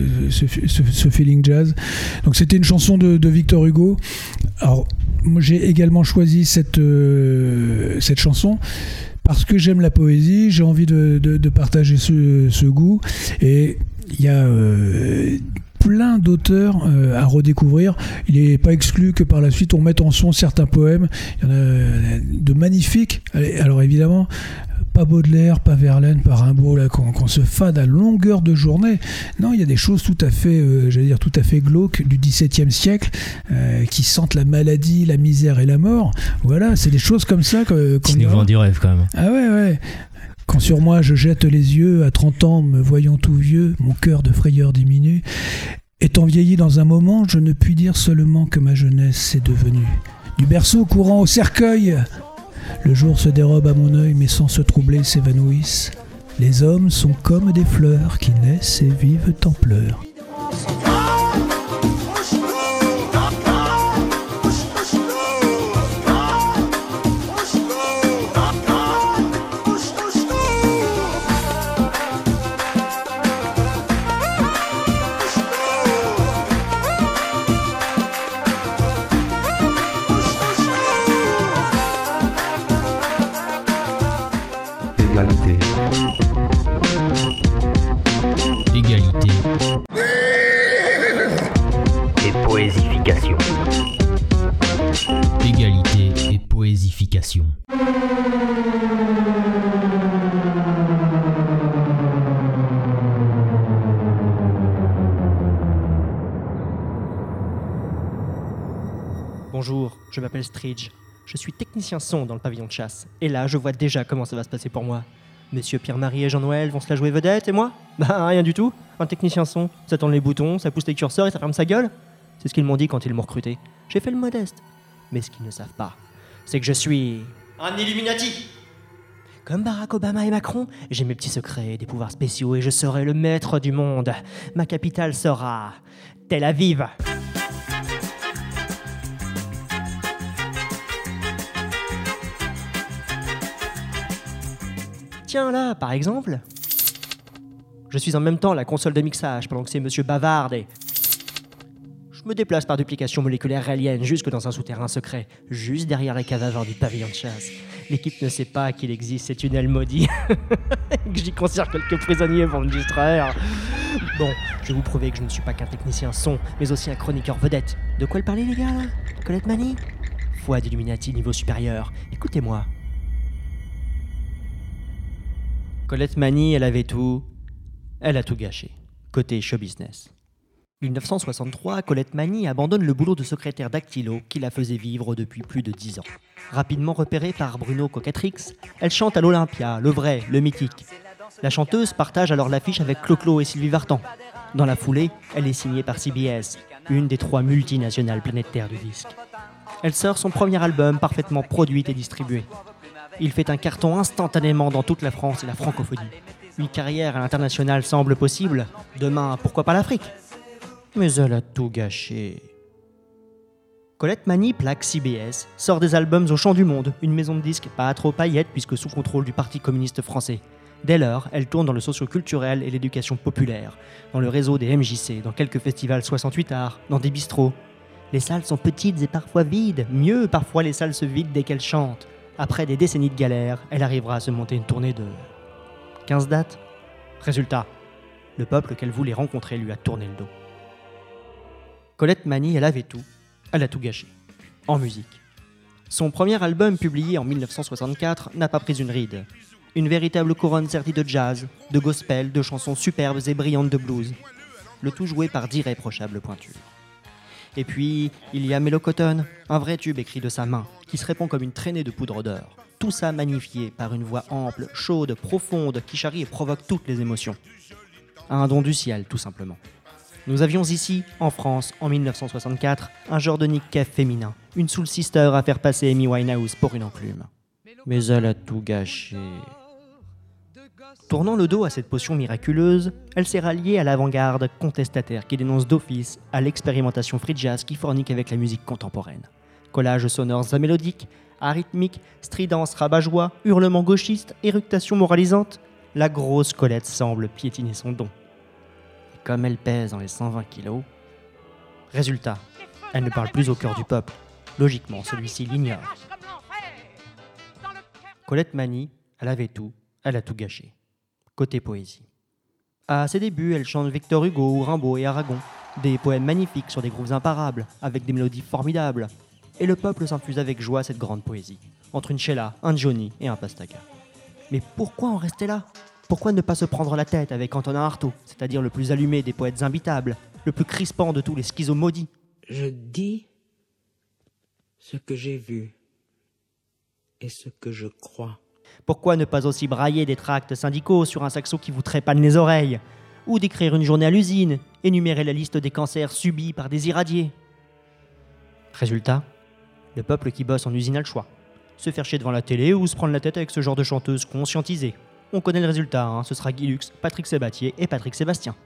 C: ce feeling jazz. Donc c'était une chanson de Victor Hugo. Alors, moi j'ai également choisi cette chanson parce que j'aime la poésie, j'ai envie de partager ce goût. Et il y a plein d'auteurs à redécouvrir. Il n'est pas exclu que par la suite on mette en son certains poèmes. Il y en a de magnifiques. Alors évidemment, pas Baudelaire, pas Verlaine, pas Rimbaud, là, qu'on se fade à longueur de journée. Non, il y a des choses tout à fait, tout à fait glauques du XVIIe siècle qui sentent la maladie, la misère et la mort. Voilà, c'est des choses comme ça
B: qui nous vendent du rêve quand même.
C: Ah ouais. Quand sur moi je jette les yeux, à 30 ans, me voyant tout vieux, mon cœur de frayeur diminue. Étant vieilli dans un moment, je ne puis dire seulement que ma jeunesse est devenue. Du berceau courant au cercueil, le jour se dérobe à mon œil, mais sans se troubler s'évanouissent. Les hommes sont comme des fleurs qui naissent et vivent en pleurs.
B: Égalité.
G: Et poésification.
B: Égalité et poésification.
I: Bonjour, je m'appelle Stridge. Je suis technicien son dans le pavillon de chasse. Et là, je vois déjà comment ça va se passer pour moi. Monsieur Pierre-Marie et Jean-Noël vont se la jouer vedette, et moi ? Bah, rien du tout. Un technicien son, ça tourne les boutons, ça pousse les curseurs et ça ferme sa gueule. C'est ce qu'ils m'ont dit quand ils m'ont recruté. J'ai fait le modeste. Mais ce qu'ils ne savent pas, c'est que je suis... un Illuminati. Comme Barack Obama et Macron, j'ai mes petits secrets, des pouvoirs spéciaux et je serai le maître du monde. Ma capitale sera... Tel Aviv. Tiens là, par exemple, je suis en même temps la console de mixage pendant que c'est Monsieur bavarde et... Je me déplace par duplication moléculaire raélienne jusque dans un souterrain secret, juste derrière les cadavres du pavillon de chasse. L'équipe ne sait pas qu'il existe ces tunnels maudits, et que j'y conserve quelques prisonniers pour me distraire. Bon, je vais vous prouver que je ne suis pas qu'un technicien son, mais aussi un chroniqueur vedette. De quoi le parler les gars là ? Colette Mani ? Foi d'Illuminati niveau supérieur, écoutez-moi. Colette Mani, elle avait tout. Elle a tout gâché. Côté show business. 1963, Colette Mani abandonne le boulot de secrétaire dactylo qui la faisait vivre depuis plus de 10 ans. Rapidement repérée par Bruno Cocatrix, elle chante à l'Olympia, le vrai, le mythique. La chanteuse partage alors l'affiche avec Clo-Clo et Sylvie Vartan. Dans la foulée, elle est signée par CBS, une des 3 multinationales planétaires du disque. Elle sort son premier album parfaitement produit et distribué. Il fait un carton instantanément dans toute la France et la francophonie. Une carrière à l'international semble possible. Demain, pourquoi pas l'Afrique ? Mais elle a tout gâché. Colette Mani plaque CBS, sort des albums au Chant du Monde, une maison de disques pas trop paillette puisque sous contrôle du Parti communiste français. Dès lors, elle tourne dans le socio-culturel et l'éducation populaire, dans le réseau des MJC, dans quelques festivals 68 arts, dans des bistrots. Les salles sont petites et parfois vides. Mieux, parfois les salles se vident dès qu'elle chante. Après des décennies de galère, elle arrivera à se monter une tournée de 15 dates. Résultat, le peuple qu'elle voulait rencontrer lui a tourné le dos. Colette Mani, elle avait tout. Elle a tout gâché. En musique. Son premier album, publié en 1964, n'a pas pris une ride. Une véritable couronne sertie de jazz, de gospel, de chansons superbes et brillantes de blues. Le tout joué par d'irréprochables pointures. Et puis, il y a Mélocotone, un vrai tube écrit de sa main, qui se répand comme une traînée de poudre d'or. Tout ça magnifié par une voix ample, chaude, profonde, qui charrie et provoque toutes les émotions. Un don du ciel, tout simplement. Nous avions ici, en France, en 1964, un genre de Nick Cave féminin, une soul sister à faire passer Amy Winehouse pour une enclume. Mais elle a tout gâché. Tournant le dos à cette potion miraculeuse, elle s'est ralliée à l'avant-garde contestataire qui dénonce d'office à l'expérimentation free jazz qui fornique avec la musique contemporaine. Collages sonores amélodiques, arythmiques, stridences rabat-joie, hurlements gauchistes, éructations moralisantes, la grosse Colette semble piétiner son don. Et comme elle pèse dans les 120 kilos... Résultat, elle ne parle plus au cœur du peuple. Logiquement, celui-ci l'ignore. Colette Mani, elle avait tout, elle a tout gâché. Côté poésie. À ses débuts, elle chante Victor Hugo ou Rimbaud et Aragon, des poèmes magnifiques sur des grooves imparables, avec des mélodies formidables. Et le peuple s'infuse avec joie à cette grande poésie, entre une Sheila, un Johnny et un Pastaga. Mais pourquoi en rester là ? Pourquoi ne pas se prendre la tête avec Antonin Artaud, c'est-à-dire le plus allumé des poètes imbitables, le plus crispant de tous les schizos maudits ?
J: Je dis ce que j'ai vu et ce que je crois.
I: Pourquoi ne pas aussi brailler des tracts syndicaux sur un saxo qui vous trépanne les oreilles ? Ou d'écrire une journée à l'usine, énumérer la liste des cancers subis par des irradiés ? Résultat, le peuple qui bosse en usine a le choix. Se faire chier devant la télé ou se prendre la tête avec ce genre de chanteuse conscientisée. On connaît le résultat, hein, ce sera Guy Lux, Patrick Sébatier et Patrick Sébastien.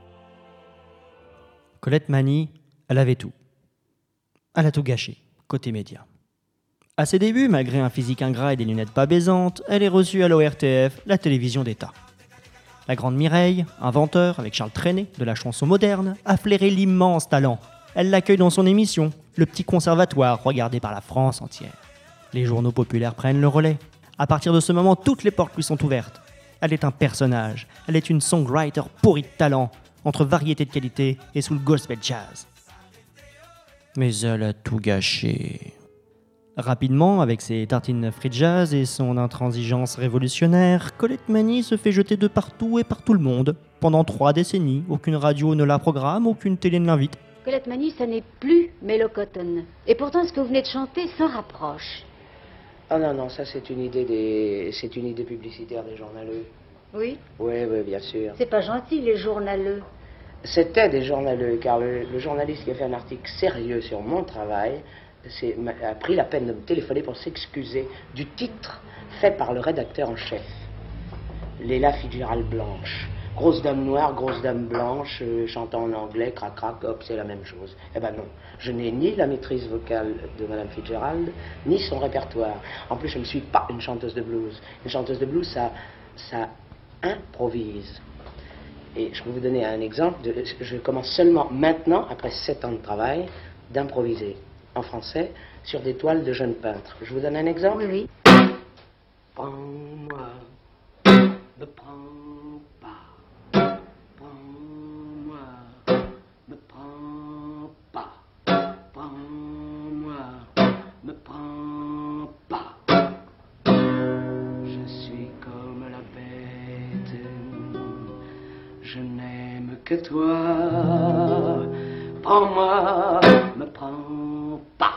I: Colette Mani, elle avait tout. Elle a tout gâché, côté média. À ses débuts, malgré un physique ingrat et des lunettes pas baisantes, elle est reçue à l'ORTF, la télévision d'État. La grande Mireille, inventeur avec Charles Trenet de la chanson moderne, a flairé l'immense talent. Elle l'accueille dans son émission, le petit conservatoire regardé par la France entière. Les journaux populaires prennent le relais. À partir de ce moment, toutes les portes lui sont ouvertes. Elle est un personnage. Elle est une songwriter pourrie de talent, entre variété de qualité et sous le gospel jazz. Mais elle a tout gâché. Rapidement, avec ses tartines free jazz et son intransigeance révolutionnaire, Colette Mani se fait jeter de partout et par tout le monde. Pendant 3 décennies, aucune radio ne la programme, aucune télé ne l'invite.
K: Colette Mani, ça n'est plus Mellow Cotton. Et pourtant, ce que vous venez de chanter s'en rapproche.
J: Oh non, ça c'est une idée publicitaire des journaleux.
K: Oui?
J: Oui, bien sûr.
K: C'est pas gentil, les journaleux.
J: C'était des journaleux, car le journaliste qui a fait un article sérieux sur mon travail a pris la peine de me téléphoner pour s'excuser du titre fait par le rédacteur en chef. Léla Fitzgerald Blanche. Grosse dame noire, grosse dame blanche, chantant en anglais, crac, hop, c'est la même chose. Eh ben non, je n'ai ni la maîtrise vocale de Madame Fitzgerald, ni son répertoire. En plus, je ne suis pas une chanteuse de blues. Une chanteuse de blues, ça improvise. Et je peux vous donner un exemple. Je commence seulement maintenant, après 7 ans de travail, d'improviser en français sur des toiles de jeunes peintres. Je vous donne un exemple?
K: Oui.
J: Prends-moi, me prends pas. Prends-moi, me prends pas. Prends-moi, me prends pas. Je suis comme la bête, je n'aime que toi. Prends-moi, me prends pas.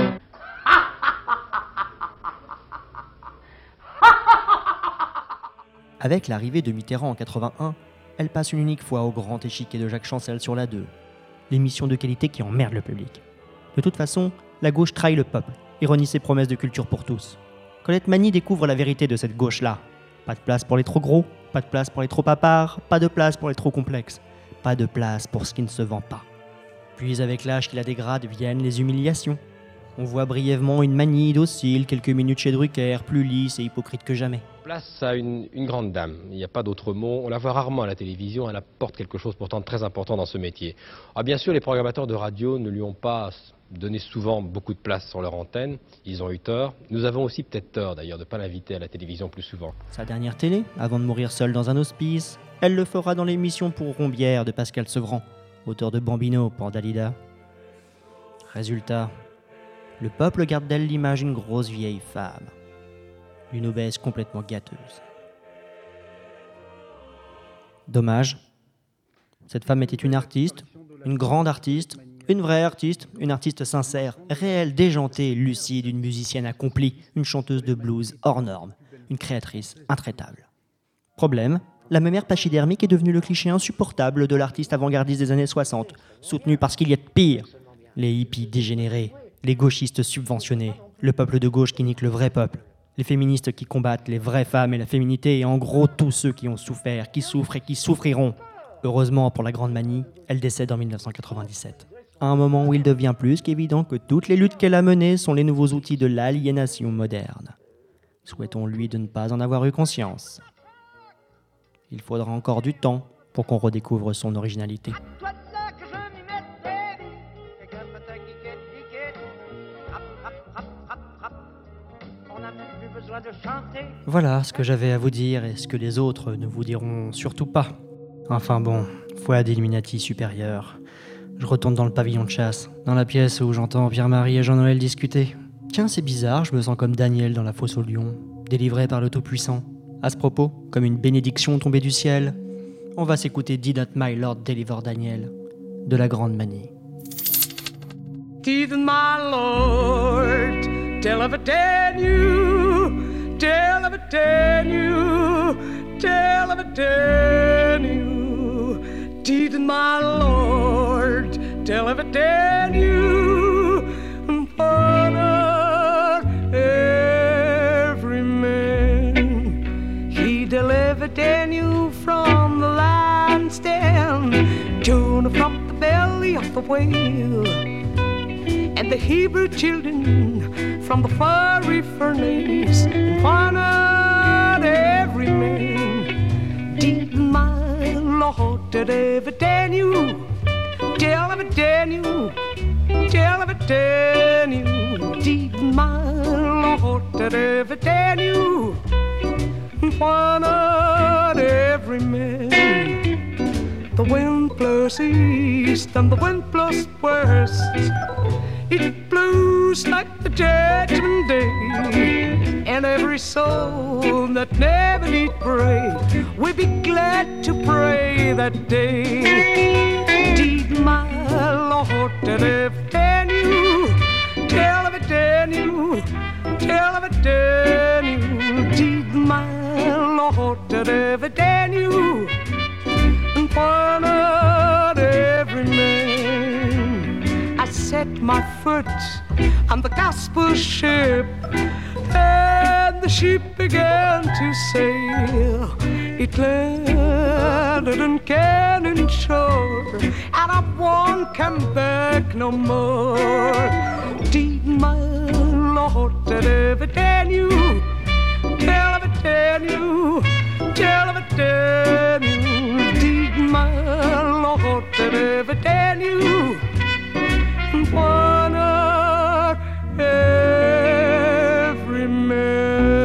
I: Avec l'arrivée de Mitterrand en 81, elle passe une unique fois au grand échiquier de Jacques Chancel sur la 2. L'émission de qualité qui emmerde le public. De toute façon, la gauche trahit le peuple, ironie ses promesses de culture pour tous. Colette Mani découvre la vérité de cette gauche-là. Pas de place pour les trop gros, pas de place pour les trop papards, pas de place pour les trop complexes, pas de place pour ce qui ne se vend pas. Puis avec l'âge qui la dégrade viennent les humiliations. On voit brièvement une Mani docile, quelques minutes chez Drucker, plus lisse et hypocrite que jamais.
L: Place à une grande dame, il n'y a pas d'autre mot, on la voit rarement à la télévision, elle apporte quelque chose pourtant de très important dans ce métier. Ah, bien sûr, les programmateurs de radio ne lui ont pas donné souvent beaucoup de place sur leur antenne, ils ont eu tort. Nous avons aussi peut-être tort d'ailleurs de ne pas l'inviter à la télévision plus souvent.
I: Sa dernière télé, avant de mourir seule dans un hospice, elle le fera dans l'émission pour Rombière de Pascal Sevran, auteur de Bambino pour Dalida. Résultat, le peuple garde d'elle l'image d'une grosse vieille femme. Une obèse complètement gâteuse. Dommage. Cette femme était une artiste, une grande artiste, une vraie artiste, une artiste sincère, réelle, déjantée, lucide, une musicienne accomplie, une chanteuse de blues hors norme, une créatrice intraitable. Problème, la mémère pachydermique est devenue le cliché insupportable de l'artiste avant-gardiste des années 60, soutenu par ce qu'il y a de pire. Les hippies dégénérés, les gauchistes subventionnés, le peuple de gauche qui nique le vrai peuple, les féministes qui combattent les vraies femmes et la féminité, et en gros tous ceux qui ont souffert, qui souffrent et qui souffriront. Heureusement pour la Grande Mani, elle décède en 1997. À un moment où il devient plus qu'évident que toutes les luttes qu'elle a menées sont les nouveaux outils de l'aliénation moderne. Souhaitons-lui de ne pas en avoir eu conscience. Il faudra encore du temps pour qu'on redécouvre son originalité. Voilà ce que j'avais à vous dire et ce que les autres ne vous diront surtout pas. Enfin bon, foi d'Illuminati supérieur. Je retourne dans le pavillon de chasse, dans la pièce où j'entends Pierre-Marie et Jean-Noël discuter. Tiens, c'est bizarre, je me sens comme Daniel dans la fosse au lion, délivré par le Tout-Puissant. À ce propos, comme une bénédiction tombée du ciel, on va s'écouter Didn't My Lord Deliver Daniel, de la Grande Mani.
E: Didn't my Lord deliver Daniel, deliver Daniel, deliver Daniel. Didn't my Lord deliver Daniel, and honor every man. He delivered Daniel from the lion's den, Jonah from the belly of the whale, and the Hebrew children from the fiery furnace, and honored every man. Did my Lord deliver Daniel, deliver Daniel, deliver Daniel. Did my Lord deliver Daniel, honored every every man. The wind blows east and the wind blows west. It blows like the judgment day. And every soul that never need pray will be glad to pray that day. Deed, my Lord, that if they knew, tell of it they knew, tell of it they knew. Deed, my Lord, that if they knew, and why not every man? I set my foot on the gospel ship, and the ship began to sail. It landed in Cannon Shore, and I won't come back no more. Deed, my Lord, that ever they knew, tell of it they knew, tell of it they knew. Deed, my Lord, that ever they knew, why not every man?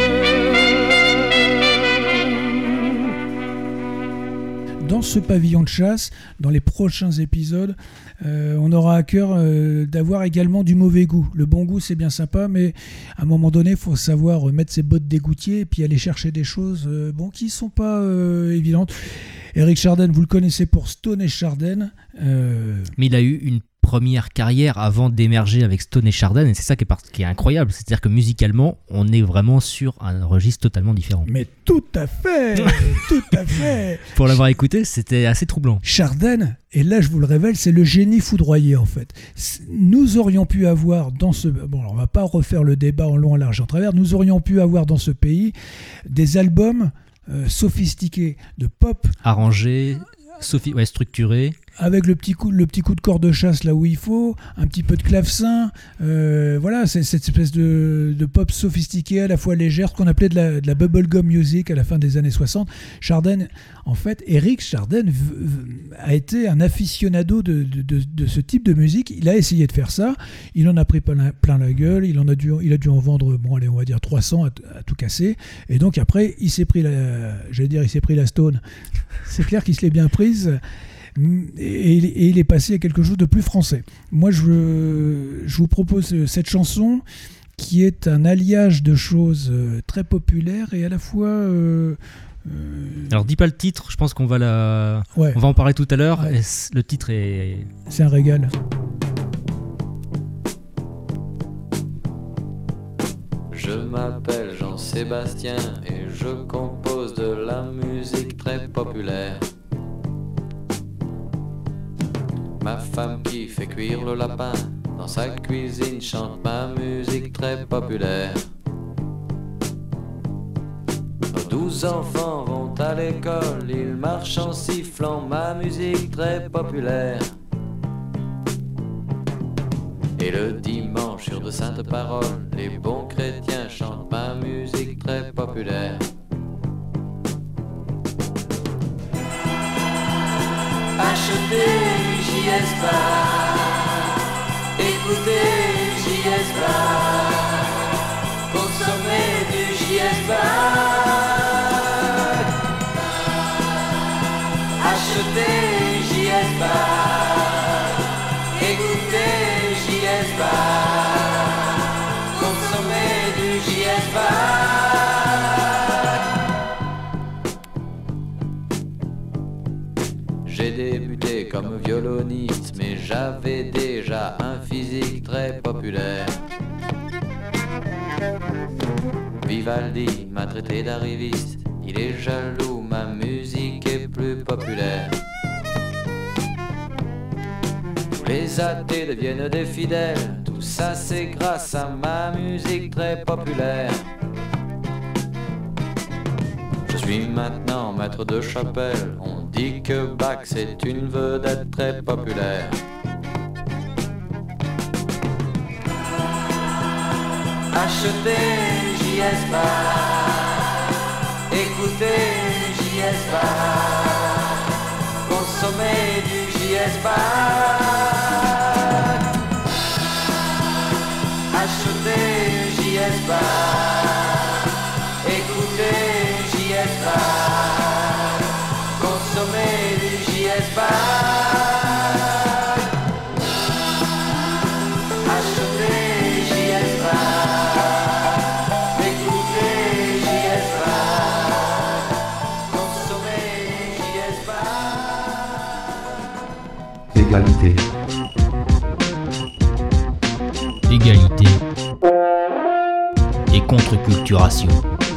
C: Dans ce pavillon de chasse, dans les prochains épisodes, on aura à cœur d'avoir également du mauvais goût. Le bon goût, c'est bien sympa, mais à un moment donné, il faut savoir mettre ses bottes d'égoutier et puis aller chercher des choses qui ne sont pas évidentes. Eric Chardin, vous le connaissez pour Stone et Chardin.
B: Mais il a eu une première carrière avant d'émerger avec Stone et Chardin, et c'est ça qui est incroyable, c'est-à-dire que musicalement on est vraiment sur un registre totalement différent.
C: Mais tout à fait, tout à fait.
B: Pour l'avoir écouté, c'était assez troublant.
C: Chardin, et là je vous le révèle, c'est le génie foudroyé en fait. Nous aurions pu avoir dans ce... Bon, alors on va pas refaire le débat en long, en large et en travers, nous aurions pu avoir dans ce pays des albums sophistiqués de pop.
B: Arrangés, structurés.
C: Avec le petit coup de corde de chasse là où il faut, un petit peu de clavecin, voilà, c'est cette espèce de pop sophistiquée, à la fois légère, ce qu'on appelait de la bubblegum music à la fin des années 60. Chardin, en fait, Eric Chardin a été un aficionado de ce type de musique. Il a essayé de faire ça, il en a pris plein la gueule, il a dû en vendre, bon allez, on va dire 300 à tout casser, et donc après, il s'est pris la Stone. C'est clair qu'il se l'est bien prise. Et il est passé à quelque chose de plus français. Moi, je vous propose cette chanson qui est un alliage de choses très populaires et à la fois...
B: Alors, dis pas le titre, je pense qu'on va on va en parler tout à l'heure. Ouais. Le titre est...
C: C'est un régal.
M: Je m'appelle Jean-Sébastien et je compose de la musique très populaire. Ma femme qui fait cuire le lapin dans sa cuisine chante ma musique très populaire. Nos 12 enfants vont à l'école, ils marchent en sifflant ma musique très populaire. Et le dimanche sur de saintes paroles, les bons chrétiens chantent ma musique très populaire. Achetez JS Bar, écoutez JS Bar, consommez du JS Bar. Achetez JS Bar, écoutez JS Bar, consommez du JS Bar. J'ai débuté comme violoniste, mais j'avais déjà un physique très populaire. Vivaldi m'a traité d'arriviste, il est jaloux, ma musique est plus populaire. Tous les athées deviennent des fidèles, tout ça c'est grâce à ma musique très populaire. Je suis maintenant maître de chapelle, on dit que Bach c'est une vedette très populaire. Achetez JS Bar, écoutez JS Bar, consommez du JS Bar. Achetez JS Bar, écoutez JS Bar,
N: Égalité.
B: Égalité et contre-culturation.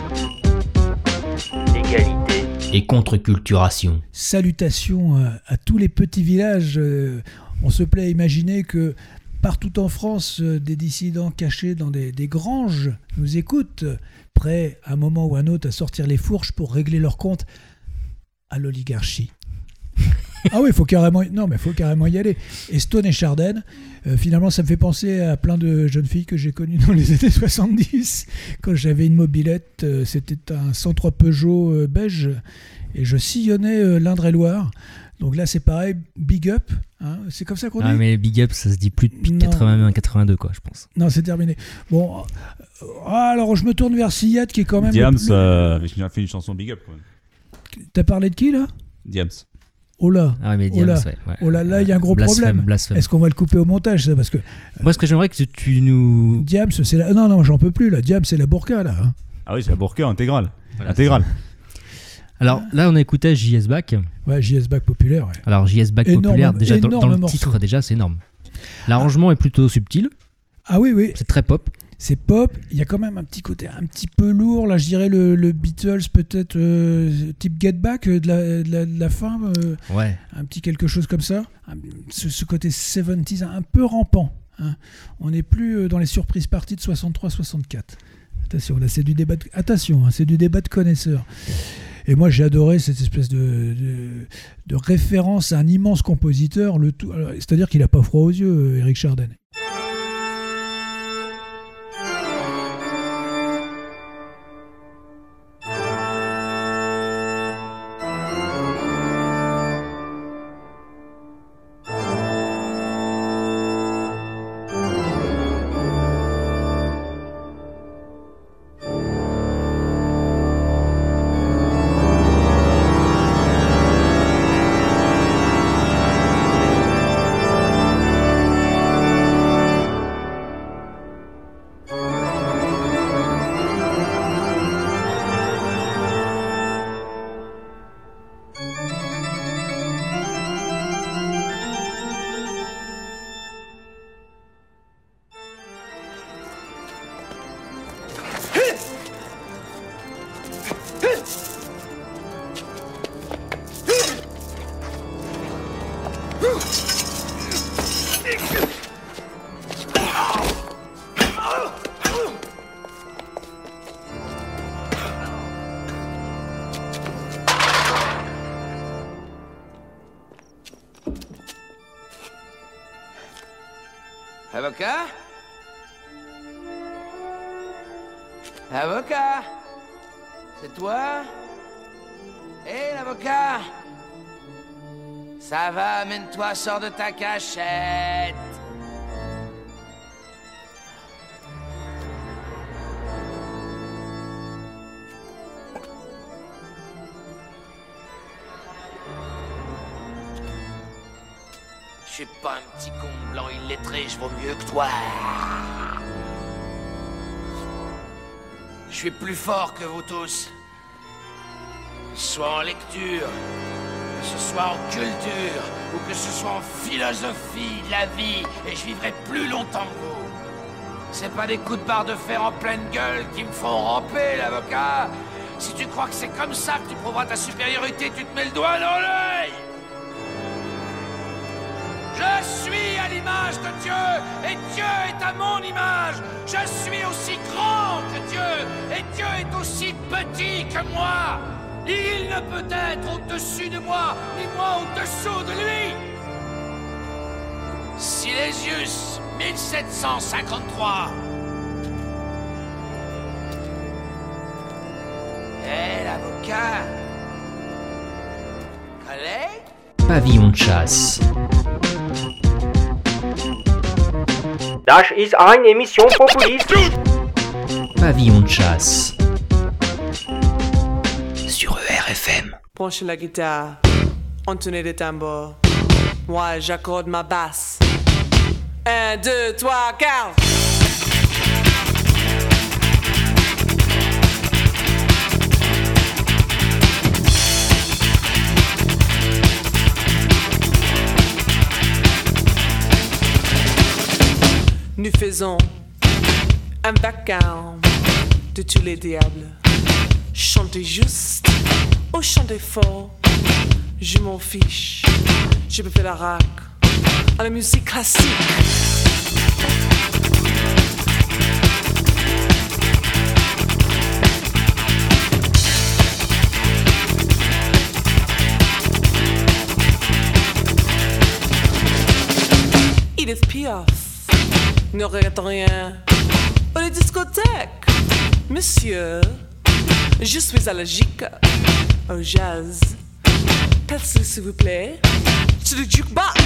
B: Égalité et contre-culturation.
C: Salutations à tous les petits villages. On se plaît à imaginer que partout en France, des dissidents cachés dans des granges nous écoutent, prêts à un moment ou à un autre à sortir les fourches pour régler leurs comptes à l'oligarchie. Ah oui, faut carrément y aller. Et Stone et Chardin, finalement, ça me fait penser à plein de jeunes filles que j'ai connues dans les années 70. Quand j'avais une mobilette, c'était un 103 Peugeot beige, et je sillonnais l'Indre-et-Loire. Donc là, c'est pareil, big up, hein, c'est comme ça qu'on dit.
B: Ah mais big up, ça se dit plus depuis 81-82 quoi, je pense.
C: Non, c'est terminé. Bon, alors je me tourne vers Siyad qui est quand même...
O: Diams a fait une chanson big up. Quoi.
C: T'as parlé de qui là ?
O: Diams.
C: Oh là,
B: ah mais Diams, ouais.
C: Oh là, il y a un gros problème. Est-ce qu'on va le couper au montage ça ? Parce que
B: moi, ce que j'aimerais que tu nous...
C: Diams, c'est la... Non, j'en peux plus là. Diams, c'est la burqa là. Hein.
O: Ah oui, c'est la burqa intégrale.
B: Voilà,
O: intégrale.
B: Alors là, on écoutait JS Back.
C: Ouais, JS Back populaire. Ouais.
B: Alors JS Back populaire, déjà dans le titre, déjà c'est énorme. L'arrangement est plutôt subtil.
C: Ah oui.
B: C'est très pop.
C: C'est pop. Il y a quand même un petit côté un petit peu lourd. Là, je dirais le Beatles peut-être type Get Back de la fin.
B: Ouais. Un
C: petit quelque chose comme ça. Ce côté 70s un peu rampant. Hein. On n'est plus dans les surprises parties de 63-64. Attention, là c'est du débat. Attention, hein, c'est du débat de connaisseurs. Et moi, j'ai adoré cette espèce de référence à un immense compositeur. C'est-à-dire qu'il n'a pas froid aux yeux, Eric Chardin.
P: Avocat? Avocat? C'est toi? Hé, l'avocat? Ça va, amène-toi, sors de ta cachette. Je suis pas un petit con blanc illettré, je vaux mieux que toi. Je suis plus fort que vous tous. Que ce soit en lecture, que ce soit en culture, ou que ce soit en philosophie de la vie, et je vivrai plus longtemps que vous. C'est pas des coups de barre de fer en pleine gueule qui me font ramper, l'avocat. Si tu crois que c'est comme ça que tu prouveras ta supériorité, tu te mets le doigt dans l'œil. Je suis à l'image de Dieu, et Dieu est à mon image. Je suis aussi grand que Dieu, et Dieu est aussi petit que moi. Il ne peut être au-dessus de moi, ni moi au-dessous de lui. Silésius, 1753. Eh, l'avocat. Collègue?
B: Pavillon de chasse.
G: Das ist eine Émission populiste.
B: Pavillon de chasse. Sur ERFM.
Q: Penchez la guitare, entonez les tambours. Moi, j'accorde ma basse. 1, 2, 3, 4. nous faisons un vacarme de tous les diables. Chantez juste ou chantez fort, je m'en fiche. Je peux faire la rac à la musique classique. Edith Piaf ne regrette rien. Pour les discothèques, monsieur, je suis allergique au jazz. Passez s'il vous plaît to the jukebox.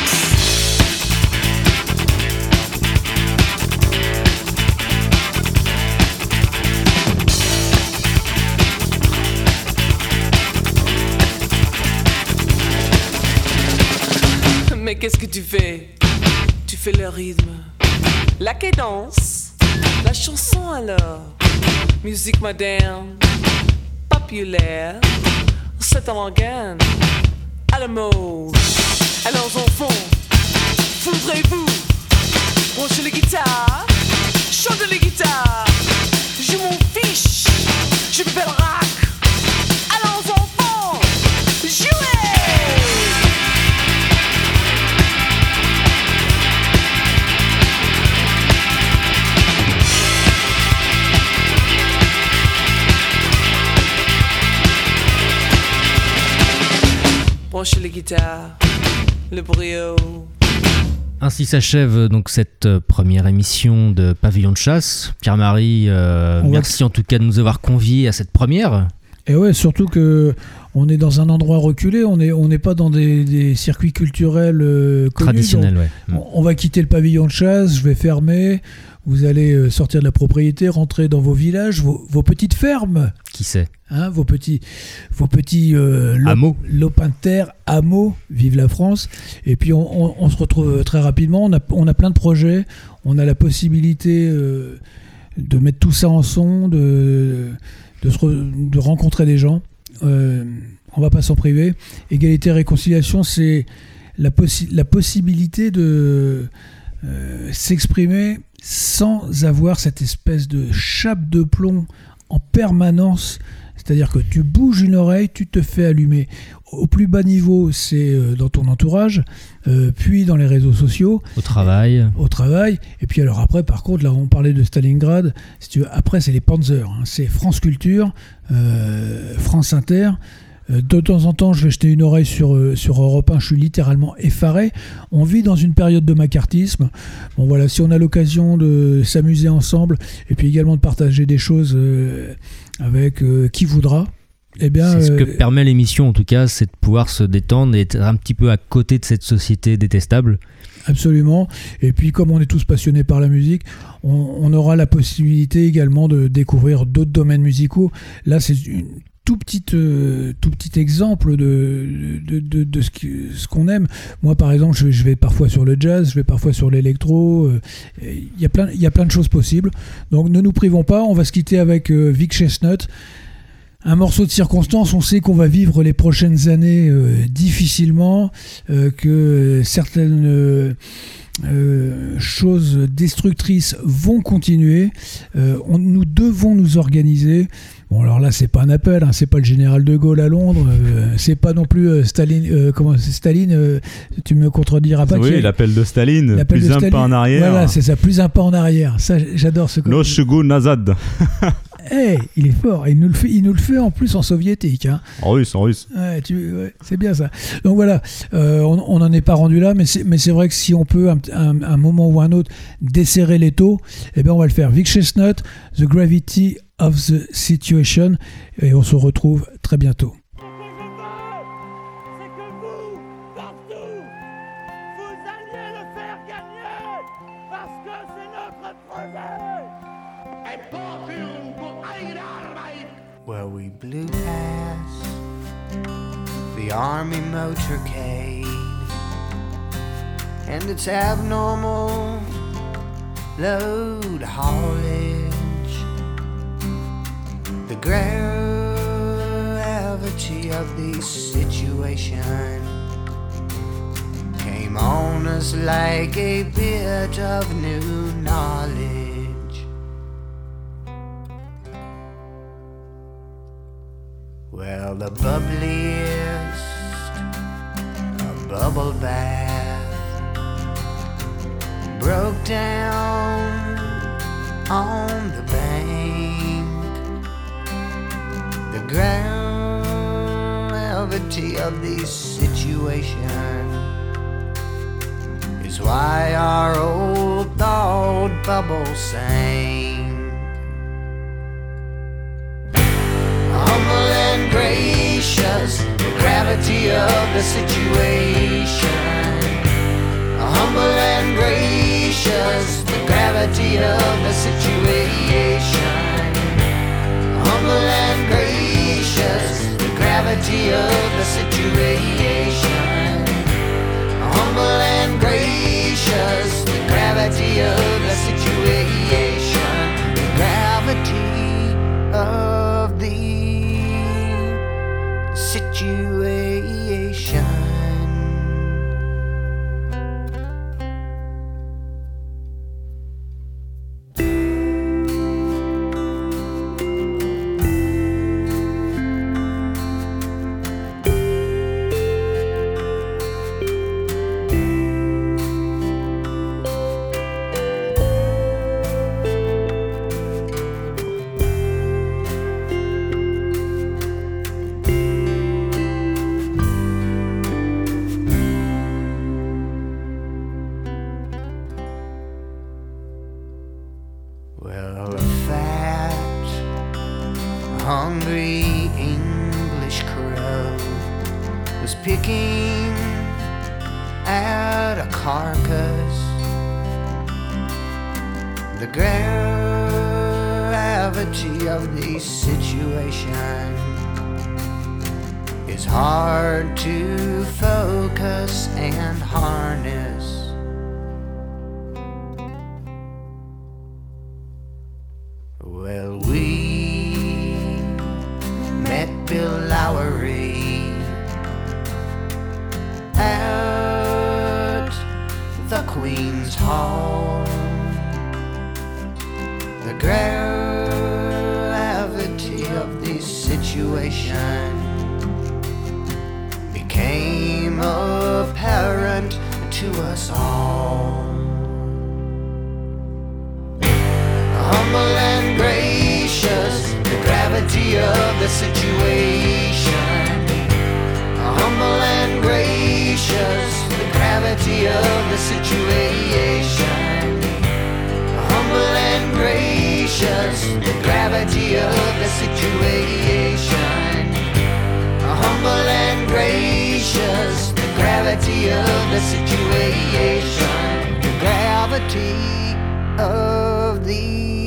Q: Mais qu'est-ce que tu fais? Tu fais le rythme, la cadence, la chanson alors. Musique moderne, populaire, c'est un organe à la mode. Alors enfants, voudrez-vous brancher les guitares, chanter les guitares? Je m'en fiche, je fais le rock. Alors enfants, jouez! Branchez les guitares, le brio.
B: Ainsi s'achève donc cette première émission de Pavillon de chasse. Pierre-Marie, merci en tout cas de nous avoir conviés à cette première.
C: Et ouais, surtout que on est dans un endroit reculé, on n'est pas dans des circuits culturels connus,
B: traditionnels. Ouais.
C: On va quitter le pavillon de chasse, je vais fermer. Vous allez sortir de la propriété, rentrer dans vos villages, vos petites fermes.
B: Qui sait,
C: hein, vos petits
B: hameaux.
C: Lopins de terre, hameaux, vive la France. Et puis on se retrouve très rapidement. On a plein de projets. On a la possibilité de mettre tout ça en son, de rencontrer des gens. On va pas s'en priver. Égalité et réconciliation, c'est la possibilité de s'exprimer sans avoir cette espèce de chape de plomb en permanence. C'est-à-dire que tu bouges une oreille, tu te fais allumer. Au plus bas niveau, c'est dans ton entourage, puis dans les réseaux sociaux.
B: Au travail.
C: Et puis alors après, par contre, là on parlait de Stalingrad. Si tu veux, après, c'est les Panzers. Hein. C'est France Culture, France Inter. De temps en temps, je vais jeter une oreille sur Europe 1, je suis littéralement effaré. On vit dans une période de macartisme. Bon voilà, si on a l'occasion de s'amuser ensemble, et puis également de partager des choses avec qui voudra, eh bien...
B: C'est ce que permet l'émission en tout cas, c'est de pouvoir se détendre et être un petit peu à côté de cette société détestable.
C: Absolument. Et puis comme on est tous passionnés par la musique, on aura la possibilité également de découvrir d'autres domaines musicaux. Là, c'est une tout petit exemple de ce qu'on aime. Moi, par exemple, je vais parfois sur le jazz, je vais parfois sur l'électro. Il y a plein de choses possibles. Donc, ne nous privons pas. On va se quitter avec Vic Chestnut. Un morceau de circonstance. On sait qu'on va vivre les prochaines années difficilement, que certaines choses destructrices vont continuer. Nous devons nous organiser. Bon, alors là, c'est pas un appel, hein, c'est pas le général de Gaulle à Londres, c'est pas non plus Staline. Staline, tu me contrediras pas.
O: Oui, l'appel de Staline, plus un pas en arrière.
C: Voilà, c'est ça, plus un pas en arrière. Ça, j'adore ce.
O: No Shugu Nazad.
C: Hey, il est fort. Il nous le fait en plus en soviétique. Hein.
O: En russe.
C: Ouais, c'est bien ça. Donc voilà, on n'en est pas rendu là, mais c'est vrai que si on peut, un moment ou un autre, desserrer les taux, eh bien on va le faire. Vic Chestnut, The Gravity of the Situation, et on se retrouve très bientôt.
N: Well, we blew past the army motorcade and its abnormal load haulage. The gravity of the situation came on comes like a bit of new knowledge. Well, the bubbliest, a bubble bath, broke down on the bank. The gravity of this situation is why our old thought bubble sank. Humble and gracious, the gravity of the situation. Humble and gracious, the gravity of the situation. Humble and gracious, the gravity of the situation. Humble and gracious, the gravity of the situation. The gravity of the situation. Well, a fat, hungry English crow was picking at a carcass. The gravity of the situation is hard to focus and harness. Well, we met Bill Lowry at the Queen's Hall. The gravity of this situation became apparent to us all. Humble and gracious, the gravity of the situation. Humble and gracious, the gravity of the situation. Humble and gracious, the gravity of the situation. Humble and gracious, the gravity of the situation. The gravity of the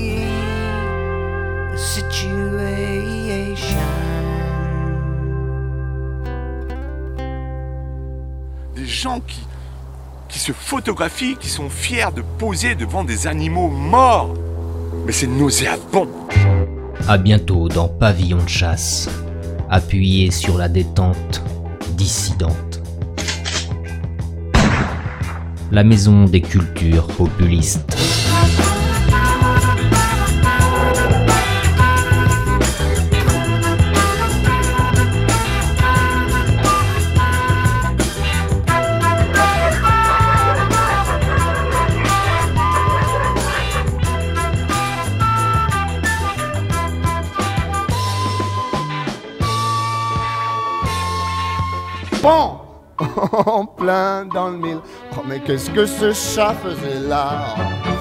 R: Des gens qui se photographient, qui sont fiers de poser devant des animaux morts. Mais c'est nauséabond.
B: À bientôt dans Pavillon de chasse, appuyé sur la détente dissidente. La maison des cultures populistes.
S: Bon, en plein dans le mille. Oh mais qu'est-ce que ce chat faisait là?